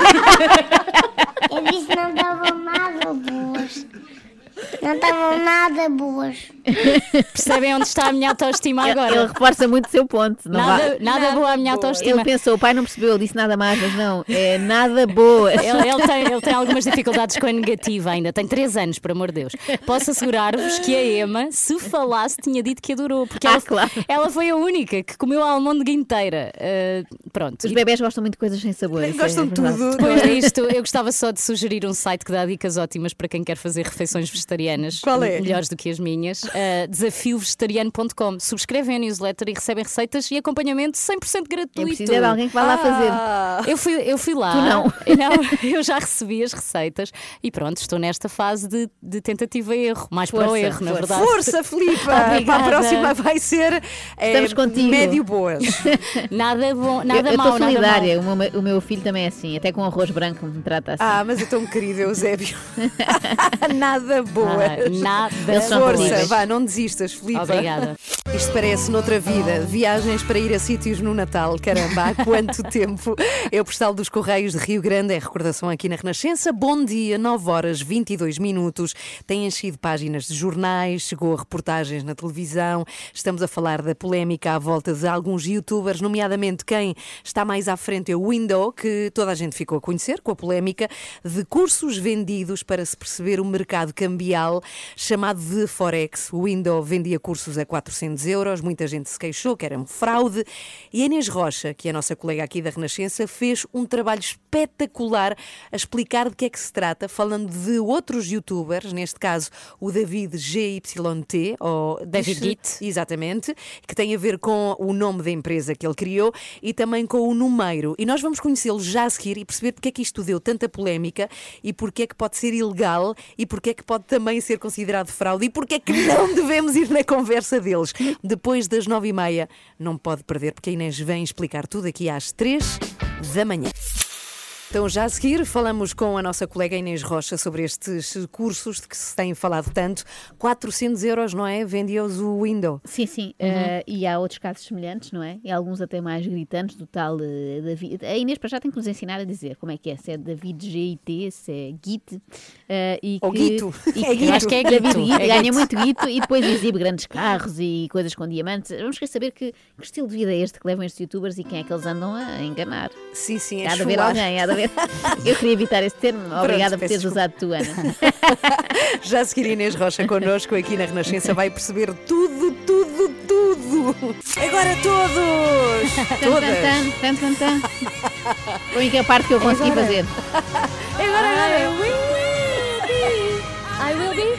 S14: Eu disse não estavam nada boas. Não estavam nada boas.
S5: Percebem onde está a minha autoestima
S8: Ele,
S5: agora?
S8: ele reforça muito o seu ponto. Não
S5: Nada,
S8: vai-
S5: nada boa a minha autoestima.
S8: Ele pensou, o pai não percebeu, ele disse nada mais, mas não, é nada boa.
S5: Ele, ele tem, ele tem algumas dificuldades com a negativa ainda. Tem três anos, por amor de Deus. Posso assegurar-vos que a Emma, se falasse, tinha dito que adorou. Porque
S8: Ah,
S5: ela,
S8: claro.
S5: ela foi a única que comeu a almôndega inteira. Uh, pronto.
S8: Os bebés gostam muito de coisas sem sabor. isso é
S4: Gostam de
S8: verdade.
S4: tudo.
S5: Depois disto, eu gostava só de sugerir um site que dá dicas ótimas para quem quer fazer refeições vegetarianas.
S4: Qual é?
S5: Melhores do que as minhas. Uh, desafio vegetariano ponto com. Subscrevem a newsletter e recebem receitas e acompanhamento cem por cento gratuito.
S8: Eu preciso é de alguém que vá lá fazer.
S4: Ah,
S5: Eu fui, eu fui lá.
S8: Tu não.
S5: Não, eu já recebi as receitas e pronto, estou nesta fase de, de tentativa e erro. Mais para o
S8: Força,
S5: erro, na
S8: força.
S5: verdade.
S4: Força, Filipa! Para
S5: Obrigada.
S4: a próxima vai ser eh,
S8: Estamos contigo.
S4: médio boas.
S5: Nada bom, nada
S8: eu
S5: mau,
S8: estou
S5: nada
S8: solidária,
S5: mau.
S8: o meu, o meu filho também é assim, até com arroz branco me trata assim.
S4: Ah, mas é tão querido, Eusébio. Nada boas.
S5: Ah, nada
S8: Eles são
S4: Força,
S8: terríveis.
S4: vá, não desistas, Filipa.
S5: Obrigada.
S4: Isto parece noutra vida. Viagens para ir a sítios no Natal. Caramba, há quanto tempo? É o postal dos Correios de Rio Grande. É recordação aqui na Renascença. Bom dia, nove horas vinte e dois minutos. Tem enchido páginas de jornais, chegou a reportagens na televisão. Estamos a falar da polémica à volta de alguns youtubers, nomeadamente quem está mais à frente é o Window, que toda a gente ficou a conhecer com a polémica de cursos vendidos para se perceber o mercado cambial chamado de Forex. O Window vendia cursos a quatrocentos euros, muita gente se queixou que era um fraude. E a Inês Rocha, que é a nossa colega aqui da Renascença, fez um trabalho espetacular a explicar de que é que se trata, falando de outros youtubers, neste caso o David G Y T, ou
S5: David
S4: diz- exatamente, que tem a ver com o nome da empresa que ele criou e também com o número. E nós vamos conhecê-lo já a seguir e perceber porque é que isto deu tanta polémica e porque é que pode ser ilegal e porque é que pode também ser considerado fraude e porque é que não devemos ir na conversa deles. Depois das nove e meia, não pode perder, porque a Inês vem explicar tudo aqui às três da manhã. Então, já a seguir, falamos com a nossa colega Inês Rocha sobre estes cursos de que se tem falado tanto. quatrocentos euros, não é? Vendia-os o Window.
S8: Sim, sim.
S4: Uhum.
S8: Uh, e há outros casos semelhantes, não é? E alguns até mais gritantes do tal uh, David. A Inês para já tem que nos ensinar a dizer como é que é. Se é David G I T, se é Git. Uh, e
S4: Ou
S8: que,
S4: Guito.
S8: E
S4: É
S8: que,
S4: Guito.
S8: acho que é David
S5: Guito.
S8: Git,
S5: É
S8: ganha
S5: Guito.
S8: muito Guito e depois exibe grandes carros e coisas com diamantes. Vamos querer saber que, que estilo de vida é este que levam estes youtubers e quem é que eles andam a enganar.
S4: Sim, sim, é
S8: Há de haver
S4: chular.
S8: alguém, há de haver. Eu queria evitar esse termo. Obrigada por
S4: peço
S8: teres
S4: desculpa.
S8: usado tu, Ana.
S4: Já a seguir, Inês Rocha connosco aqui na Renascença vai perceber tudo, tudo, tudo. Agora todos! Todas!
S8: Tan, tan, tan, tan, tan. A única parte que eu consegui
S4: Agora.
S8: fazer.
S5: Agora, agora. I will be.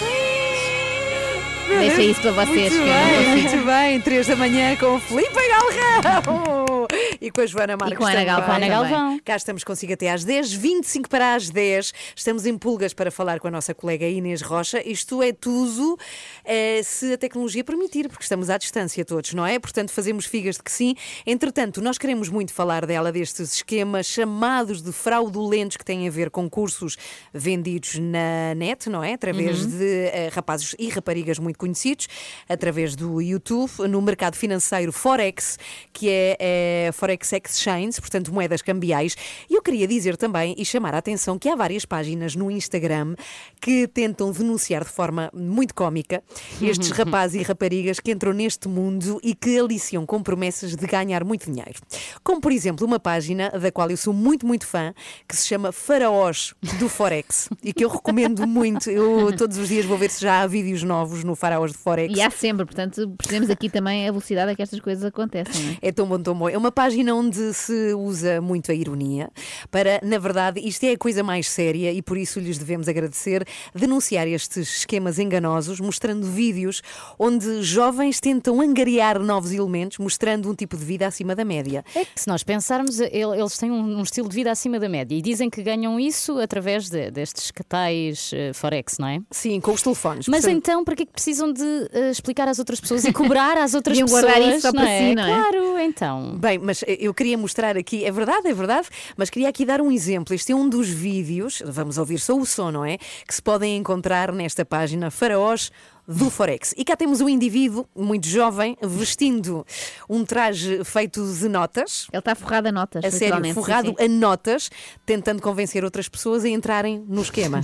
S8: Deixa isso para vocês.
S4: Muito
S8: que eu não
S4: bem,
S8: consigo.
S4: muito bem. Três da manhã com Filipe Galrão. E com a Joana Marques.
S8: E com a Ana Galvão.
S5: Ana Galvão.
S4: Cá estamos consigo até às dez, vinte e cinco para as dez. Estamos em pulgas para falar com a nossa colega Inês Rocha. Isto é tudo eh, se a tecnologia permitir, porque estamos à distância todos, não é? Portanto, fazemos figas de que sim. Entretanto, nós queremos muito falar dela, destes esquemas chamados de fraudulentos que têm a ver com cursos vendidos na net, não é? Através
S5: Uhum.
S4: de eh, rapazes e raparigas muito conhecidos, através do YouTube, no mercado financeiro Forex, que é, é Forex Exchange, portanto, moedas cambiais. E eu queria dizer também e chamar a atenção que há várias páginas no Instagram que tentam denunciar de forma muito cómica estes rapazes e raparigas que entram neste mundo e que aliciam com promessas de ganhar muito dinheiro. Como, por exemplo, uma página da qual eu sou muito, muito fã, que se chama Faraós do Forex e que eu recomendo muito. Eu todos os dias vou ver se já há vídeos novos no Faraós do Forex.
S8: E há sempre, portanto, percebemos aqui também a velocidade a que estas coisas acontecem. Não é?
S4: É tão bom, tão bom. É uma página onde se usa muito a ironia para, na verdade, isto é a coisa mais séria e por isso lhes devemos agradecer, denunciar estes esquemas enganosos, mostrando vídeos onde jovens tentam angariar novos elementos, mostrando um tipo de vida acima da média.
S5: É que se nós pensarmos, ele- eles têm um, um estilo de vida acima da média e dizem que ganham isso através de- destes catais eh, Forex, não é?
S4: Sim, com os telefones.
S5: Mas
S4: Portanto,
S5: então, para que é que precisam de eh, explicar às outras pessoas e cobrar às outras
S8: Deviam
S5: pessoas?
S8: guardar isso só para
S5: é?
S8: si, não é?
S5: Claro, então.
S4: Bem, mas eu queria mostrar aqui, é verdade, é verdade, mas queria aqui dar um exemplo. Este é um dos vídeos, vamos ouvir só o som, não é? Que se podem encontrar nesta página Faraós do Forex. E cá temos um indivíduo muito jovem vestindo um traje feito de notas.
S8: Ele está forrado a notas.
S4: A sério,
S8: literalmente,
S4: forrado
S8: sim, sim.
S4: a notas, tentando convencer outras pessoas a entrarem no esquema.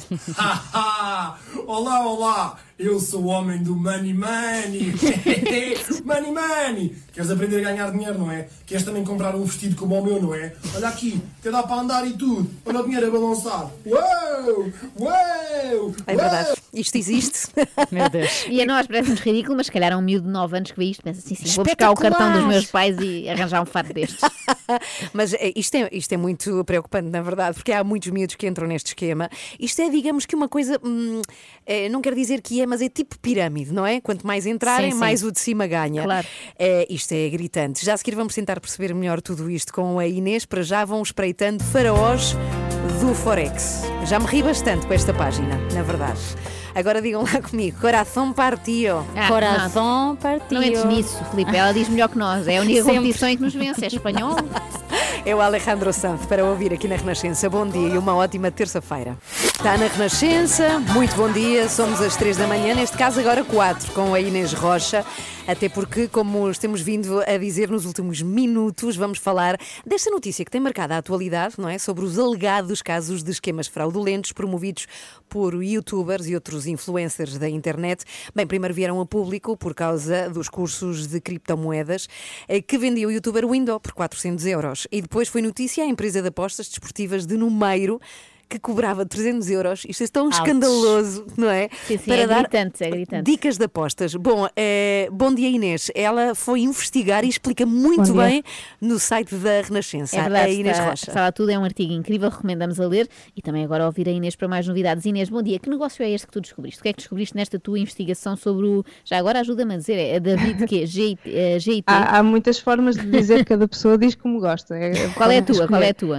S16: Olá, olá! Eu sou o homem do Money Money! Money Money! Queres aprender a ganhar dinheiro, não é? Queres também comprar um vestido como o meu, não é? Olha aqui, até dá para andar e tudo. Olha o dinheiro a balançar. Uou! Uou!
S4: É verdade, isto existe.
S5: Meu Deus.
S8: E a nós parece-nos ridículo, mas se calhar um miúdo de nove anos que vê isto pensa assim, sim, vou buscar o cartão dos meus pais e arranjar um fato destes.
S4: Mas é, isto, é, isto é muito preocupante, na verdade, porque há muitos miúdos que entram neste esquema. Isto é, digamos que uma coisa, hum, é, não quero dizer que é, mas é tipo pirâmide, não é? Quanto mais entrarem,
S8: Sim, sim.
S4: mais o de cima ganha.
S8: Claro.
S4: É, isto é gritante. Já a seguir vamos tentar perceber melhor tudo isto com a Inês. Para já vão espreitando Faraós do Forex. Já me ri bastante com esta página, na verdade. Agora digam lá comigo, coração partio.
S8: Ah,
S5: Coração partido.
S8: Não entres nisso, Filipe, ela diz melhor que nós. É a única
S5: Sempre.
S8: competição em que nos vence, é espanhol.
S4: É o Alejandro Sanz para ouvir aqui na Renascença. Bom dia e uma ótima terça-feira. Está na Renascença, muito bom dia, somos às três da manhã, neste caso agora quatro, com a Inês Rocha, até porque, como temos vindo a dizer nos últimos minutos, vamos falar desta notícia que tem marcado a atualidade, não é? Sobre os alegados casos de esquemas fraudulentos promovidos por youtubers e outros influencers da internet. Bem, primeiro vieram a público por causa dos cursos de criptomoedas eh, que vendia o youtuber Window por quatrocentos euros. E depois foi notícia a empresa de apostas desportivas de Numeiro, que cobrava trezentos euros. Isto é tão
S8: Ouch.
S4: escandaloso, não é?
S8: Sim, sim,
S4: Para
S8: é
S4: dar
S8: gritante, é gritante.
S4: dicas de apostas. Bom, eh, bom dia, Inês. Ela foi investigar e explica muito
S8: Bom dia.
S4: bem no site da Renascença.
S8: É verdade,
S4: a Inês
S8: está,
S4: Rocha.
S8: está lá tudo, é um artigo incrível, recomendamos a ler e também agora ouvir a Inês para mais novidades. Inês, bom dia. Que negócio é este que tu descobriste? O que é que descobriste nesta tua investigação sobre o... Já agora ajuda-me a dizer, é David quê? G I T?
S17: Há, há muitas formas de dizer que cada pessoa diz como gosta. É,
S8: Qual é a tua? Qual é a tua?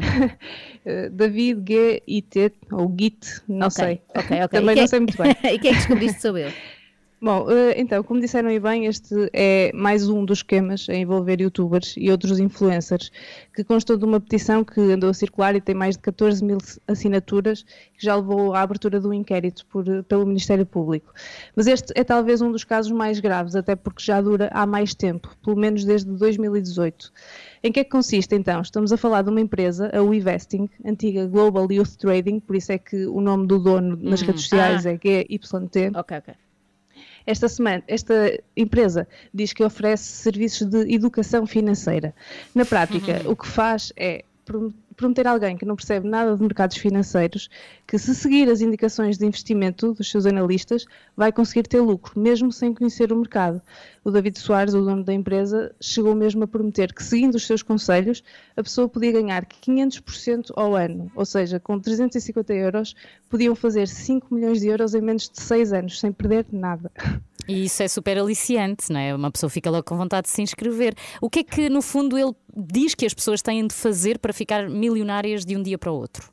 S17: David G I T ou Git, não
S8: Ok,
S17: sei.
S8: ok, ok.
S17: Também
S8: E que
S17: não
S8: é-
S17: sei muito bem.
S8: E o que é que descobriste sobre ele?
S17: Bom, eh, então, como disseram aí bem, este é mais um dos esquemas a envolver youtubers e outros influencers que constam de uma petição que andou a circular e tem mais de catorze mil assinaturas, que já levou à abertura do inquérito por, pelo Ministério Público. Mas este é talvez um dos casos mais graves, até porque já dura há mais tempo, pelo menos desde dois mil e dezoito. Em que é que consiste então? Estamos a falar de uma empresa, a WeVesting, antiga Global Youth Trading, por isso é que o nome do dono nas
S8: Hum.
S17: redes sociais
S8: Ah.
S17: é G Y T.
S8: Ok, ok.
S17: Esta semana, esta empresa diz que oferece serviços de educação financeira. Na prática, o que faz é prom- prometer a alguém que não percebe nada de mercados financeiros que, se seguir as indicações de investimento dos seus analistas, vai conseguir ter lucro, mesmo sem conhecer o mercado. O David Soares, o dono da empresa, chegou mesmo a prometer que, seguindo os seus conselhos, a pessoa podia ganhar quinhentos por cento ao ano, ou seja, com trezentos e cinquenta euros, podiam fazer cinco milhões de euros em menos de seis anos, sem perder nada.
S5: E isso é super aliciante, não é? Uma pessoa fica logo com vontade de se inscrever. O que é que, no fundo, ele diz que as pessoas têm de fazer para ficar milionárias de um dia para o outro?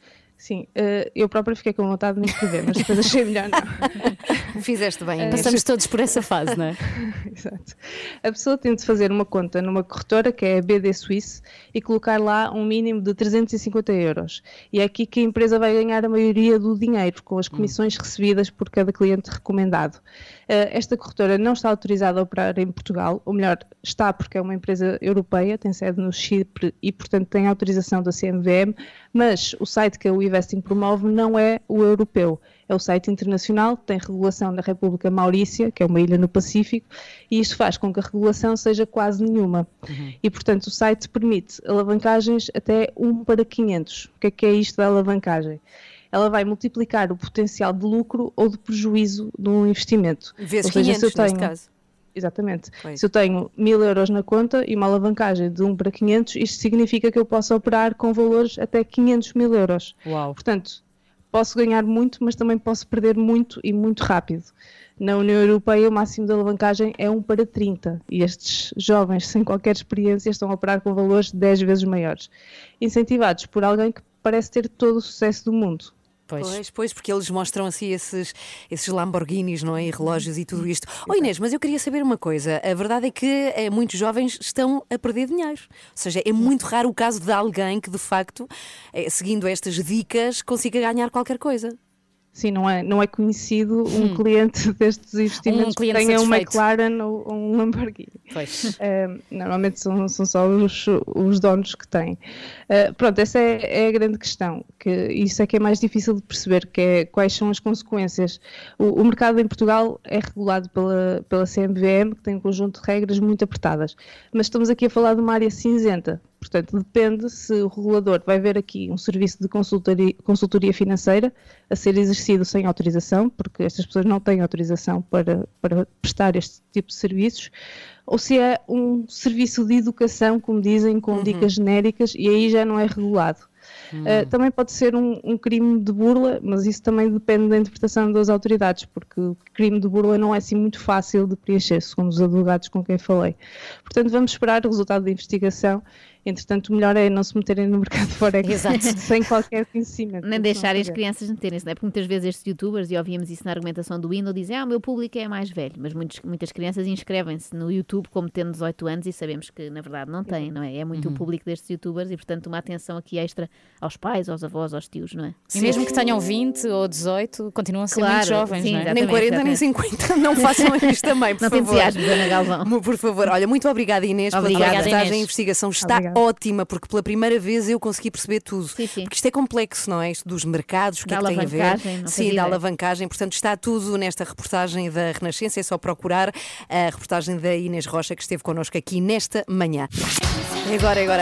S17: Sim, eu própria fiquei com vontade de me inscrever, mas depois achei melhor não.
S4: Fizeste bem.
S5: Passamos todos por essa fase, não é?
S17: Exato. A pessoa tem de fazer uma conta numa corretora, que é a B D Suisse, e colocar lá um mínimo de trezentos e cinquenta euros. E é aqui que a empresa vai ganhar a maioria do dinheiro, com as comissões hum. recebidas por cada cliente recomendado. Esta corretora não está autorizada a operar em Portugal, ou melhor, está porque é uma empresa europeia, tem sede no Chipre e, portanto, tem autorização da C M V M, mas o site que a WeVesting promove não é o europeu, é o site internacional, tem regulação na República Maurícia, que é uma ilha no Pacífico, e isto faz com que a regulação seja quase nenhuma. Uhum. E, portanto, o site permite alavancagens até um para quinhentos. O que é que é isto da alavancagem? Ela vai multiplicar o potencial de lucro ou de prejuízo do investimento.
S4: Vezes quinhentos,
S17: se eu tenho,
S4: neste caso.
S17: Exatamente. Pois. Se eu tenho mil euros na conta e uma alavancagem de um para quinhentos, isto significa que eu posso operar com valores até quinhentos mil euros.
S5: Uau.
S17: Portanto, posso ganhar muito, mas também posso perder muito e muito rápido. Na União Europeia, o máximo de alavancagem é um para trinta e estes jovens, sem qualquer experiência, estão a operar com valores dez vezes maiores. Incentivados por alguém que parece ter todo o sucesso do mundo.
S4: Pois. pois, pois, porque eles mostram assim esses, esses Lamborghinis, não é? E relógios e tudo isto. Oh Inês, mas eu queria saber uma coisa. A verdade é que é, muitos jovens estão a perder dinheiro. Ou seja, é muito raro o caso de alguém que, de facto, é, seguindo estas dicas, consiga ganhar qualquer coisa.
S17: Sim, não é, não é conhecido um hum. cliente destes investimentos
S5: um cliente
S17: que tenha um
S5: satisfeito.
S17: McLaren ou um Lamborghini.
S5: Pois.
S17: Uh, normalmente são, são só os, os donos que têm. Uh, pronto, essa é, é a grande questão. Que isso é que é mais difícil de perceber, que é quais são as consequências. O, o mercado em Portugal é regulado pela, pela C M V M, que tem um conjunto de regras muito apertadas. Mas estamos aqui a falar de uma área cinzenta. Portanto, depende se o regulador vai ver aqui um serviço de consultoria, consultoria financeira a ser exercido sem autorização, porque estas pessoas não têm autorização para, para prestar este tipo de serviços, ou se é um serviço de educação, como dizem, com uhum. dicas genéricas, e aí já não é regulado. Hum. Uh, também pode ser um, um crime de burla, mas isso também depende da interpretação das autoridades, porque o crime de burla não é assim muito fácil de preencher, segundo os advogados com quem falei. Portanto, vamos esperar o resultado da investigação. Entretanto, o melhor é não se meterem no mercado forex sem qualquer conhecimento.
S8: Nem deixarem as crianças meterem-se, não é? Porque muitas vezes estes youtubers, e ouvíamos isso na argumentação do Windows, dizem, ah, o meu público é mais velho, mas muitos, muitas crianças inscrevem-se no YouTube como tendo dezoito anos e sabemos que, na verdade, não têm, não é? É muito uhum. o público destes youtubers e, portanto, uma atenção aqui extra aos pais, aos avós, aos tios, não é?
S5: E mesmo que tenham vinte ou dezoito, continuam a ser
S8: claro,
S5: muito jovens,
S8: sim,
S5: não é?
S4: Nem quarenta, nem cinquenta, não façam isto também, por
S8: não
S4: favor.
S8: Não te Ana Galvão.
S4: Por favor. Olha, muito obrigada, Inês,
S8: obrigada,
S4: pela reportagem.
S8: Inês.
S4: A investigação está
S17: obrigada.
S4: ótima, porque pela primeira vez eu consegui perceber tudo.
S8: Sim, sim.
S4: Porque isto é complexo, não é? Isto dos mercados, o que
S8: da
S4: é que tem a ver. Sim, da alavancagem. Portanto, está tudo nesta reportagem da Renascença. É só procurar a reportagem da Inês Rocha, que esteve connosco aqui nesta manhã. E agora, agora.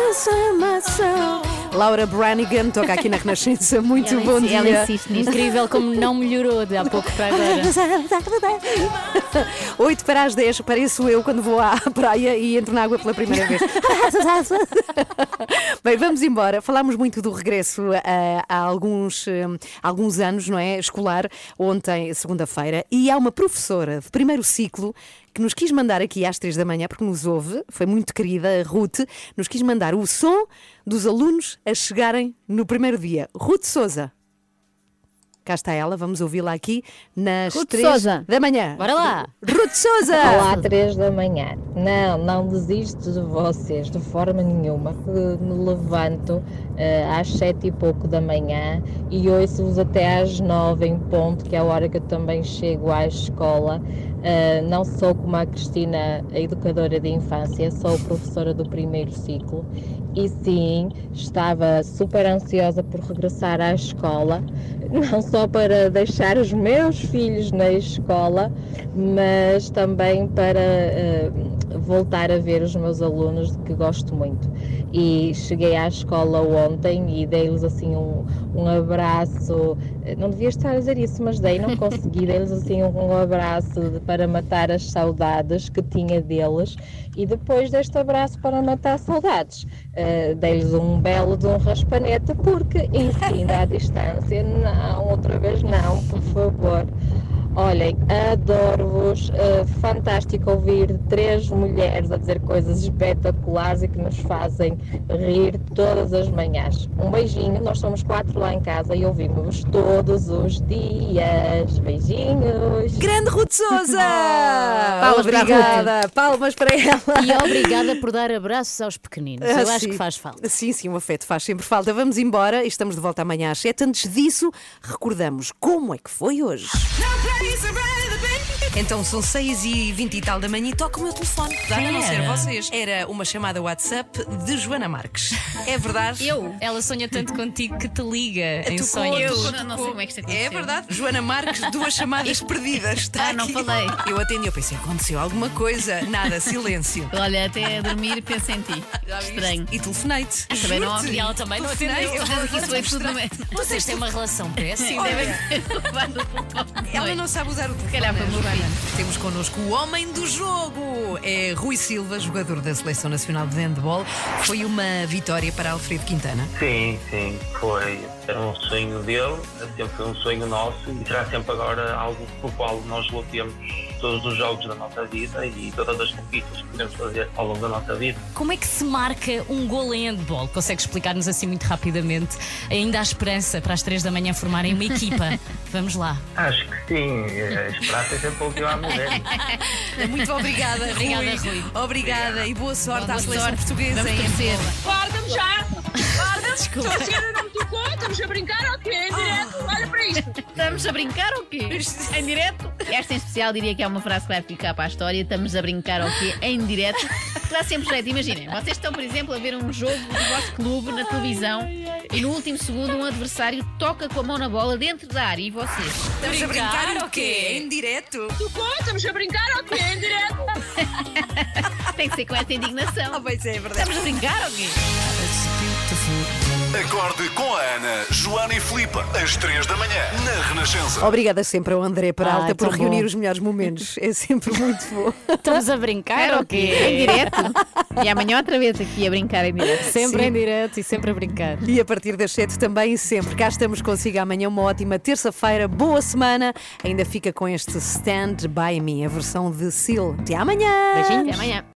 S4: Laura Branigan toca aqui na Renascença. Muito
S8: ela
S4: bom
S8: insiste,
S4: dia.
S8: Ela insiste nisto.
S5: Incrível como não melhorou de há pouco para agora.
S4: oito para as dez, pareço eu quando vou à praia e entro na água pela primeira vez. Bem, vamos embora. Falámos muito do regresso uh, há alguns, um, alguns anos, não é? Escolar, ontem, segunda-feira, e há uma professora de primeiro ciclo que nos quis mandar aqui às três da manhã, porque nos ouve, foi muito querida, a Ruth, nos quis mandar o som dos alunos a chegarem no primeiro dia. Ruth Souza. Cá está ela, vamos ouvi-la aqui nas
S8: Ruth
S4: três
S8: Souza.
S4: da manhã.
S5: Bora lá!
S4: Ruth Souza!
S18: Olá, três da manhã. Não, não desisto de vocês de forma nenhuma. Me levanto uh, às sete e pouco da manhã e ouço-vos até às nove em ponto, que é a hora que eu também chego à escola. Uh, não sou como a Cristina, a educadora de infância, sou professora do primeiro ciclo e sim, estava super ansiosa por regressar à escola, não só para deixar os meus filhos na escola, mas também para uh, voltar a ver os meus alunos, que gosto muito. E cheguei à escola ontem e dei-lhes assim um, um abraço, não devia estar a dizer isso, mas dei, não consegui, dei-lhes assim um, um abraço de, para para matar as saudades que tinha deles e depois deste abraço para matar saudades, uh, dei-lhes um belo de um raspanete porque, enfim, à distância, não, outra vez não, por favor. Olhem, adoro-vos, uh, fantástico ouvir três mulheres a dizer coisas espetaculares e que nos fazem rir todas as manhãs. Um beijinho, nós somos quatro lá em casa e ouvimos todos os dias. Beijinhos!
S4: Grande Ruth Souza!
S8: Palmas
S4: Obrigada,
S8: para
S4: palmas para ela.
S5: E obrigada por dar abraços aos pequeninos. Eu
S4: Ah,
S5: acho
S4: sim.
S5: que faz falta.
S4: Sim, sim, o afeto faz sempre falta. Vamos embora e estamos de volta amanhã às sete. Antes disso, recordamos como é que foi hoje. Então são seis e vinte e tal da manhã e toca o meu telefone. Dá a não ser
S5: Era?
S4: vocês. Era uma chamada WhatsApp de Joana Marques. É verdade?
S5: Eu? Ela sonha tanto contigo que te liga em
S4: Tu
S5: sonhos.
S4: contas,
S8: Eu não sei como é que isto aconteceu.
S4: É verdade. Joana Marques, duas chamadas perdidas. Está
S8: Ah, não
S4: aqui.
S8: falei.
S4: Eu atendi, eu pensei, aconteceu alguma coisa. Nada, silêncio.
S8: Olha, até a dormir penso em ti. Estranho.
S4: E telefonei-te.
S8: Ah, também não
S4: Juro-te.
S8: ouvi.
S5: E ela também não
S4: Telefonei.
S5: atendeu.
S8: Portanto, aqui isso foi tudo no mesmo.
S5: Vocês têm uma relação péssima.
S8: Sim, devem ter levado o telefone.
S4: Ela não sabe usar o telefone.
S8: calhar foi o meu
S4: Joana.
S8: filho.
S4: Temos connosco o homem do jogo. É Rui Silva, jogador da Seleção Nacional de Handball. Foi uma vitória para Alfredo Quintana.
S13: Sim, sim, foi. Era um sonho dele, sempre foi um sonho nosso e será sempre agora algo pelo qual nós lutemos todos os jogos da nossa vida e todas as conquistas que podemos fazer ao longo da nossa vida.
S5: Como é que se marca um gol em handball? Consegue explicar-nos assim muito rapidamente? Ainda há esperança para às três da manhã formarem uma equipa. Vamos lá.
S13: Acho que sim, a esperança é sempre a última a morrer.
S4: Muito obrigada,
S5: Obrigada, Rui.
S4: Obrigada e boa sorte
S8: Boa
S4: à Seleção
S8: sorte.
S4: Portuguesa.
S8: Vamos
S4: em
S8: torcer.
S12: Guarda-me já! Guarda-me!
S5: Desculpa.
S12: Estou a ser, não me tocou, estamos a brincar ou quê? Em direto, olha para isto!
S8: Estamos a brincar ou quê? Em direto? Esta em especial diria que é uma frase que vai ficar para a história. Estamos a brincar ou quê? Em direto. Que dá sempre jeito. Imaginem, vocês estão, por exemplo, a ver um jogo do vosso clube na televisão e no último segundo um adversário toca com a mão na bola dentro da área e vocês.
S4: Estamos a brincar o quê? Em direto?
S12: Tocou, estamos a brincar ou quê? Em direto!
S8: Tem que ser com essa indignação.
S4: Ah, pois é, é verdade.
S8: Estamos a brincar ou quê?
S1: Acorde com a Ana, Joana e Filipe, às três da manhã, na Renascença.
S4: Obrigada sempre ao André Peralta
S5: Ai,
S4: por
S5: tão
S4: reunir
S5: bom.
S4: os melhores momentos. É sempre muito bom.
S5: Estamos a brincar
S8: Era
S5: ou
S8: o quê? Em direto. E amanhã outra vez aqui a brincar em direto.
S5: Sempre
S4: Sim.
S5: em direto e sempre a brincar.
S4: E a partir das sete também e sempre. Cá estamos consigo amanhã. Uma ótima terça-feira. Boa semana. Ainda fica com este Stand By Me, a versão de Seal. Até amanhã.
S8: Beijinho. Até amanhã.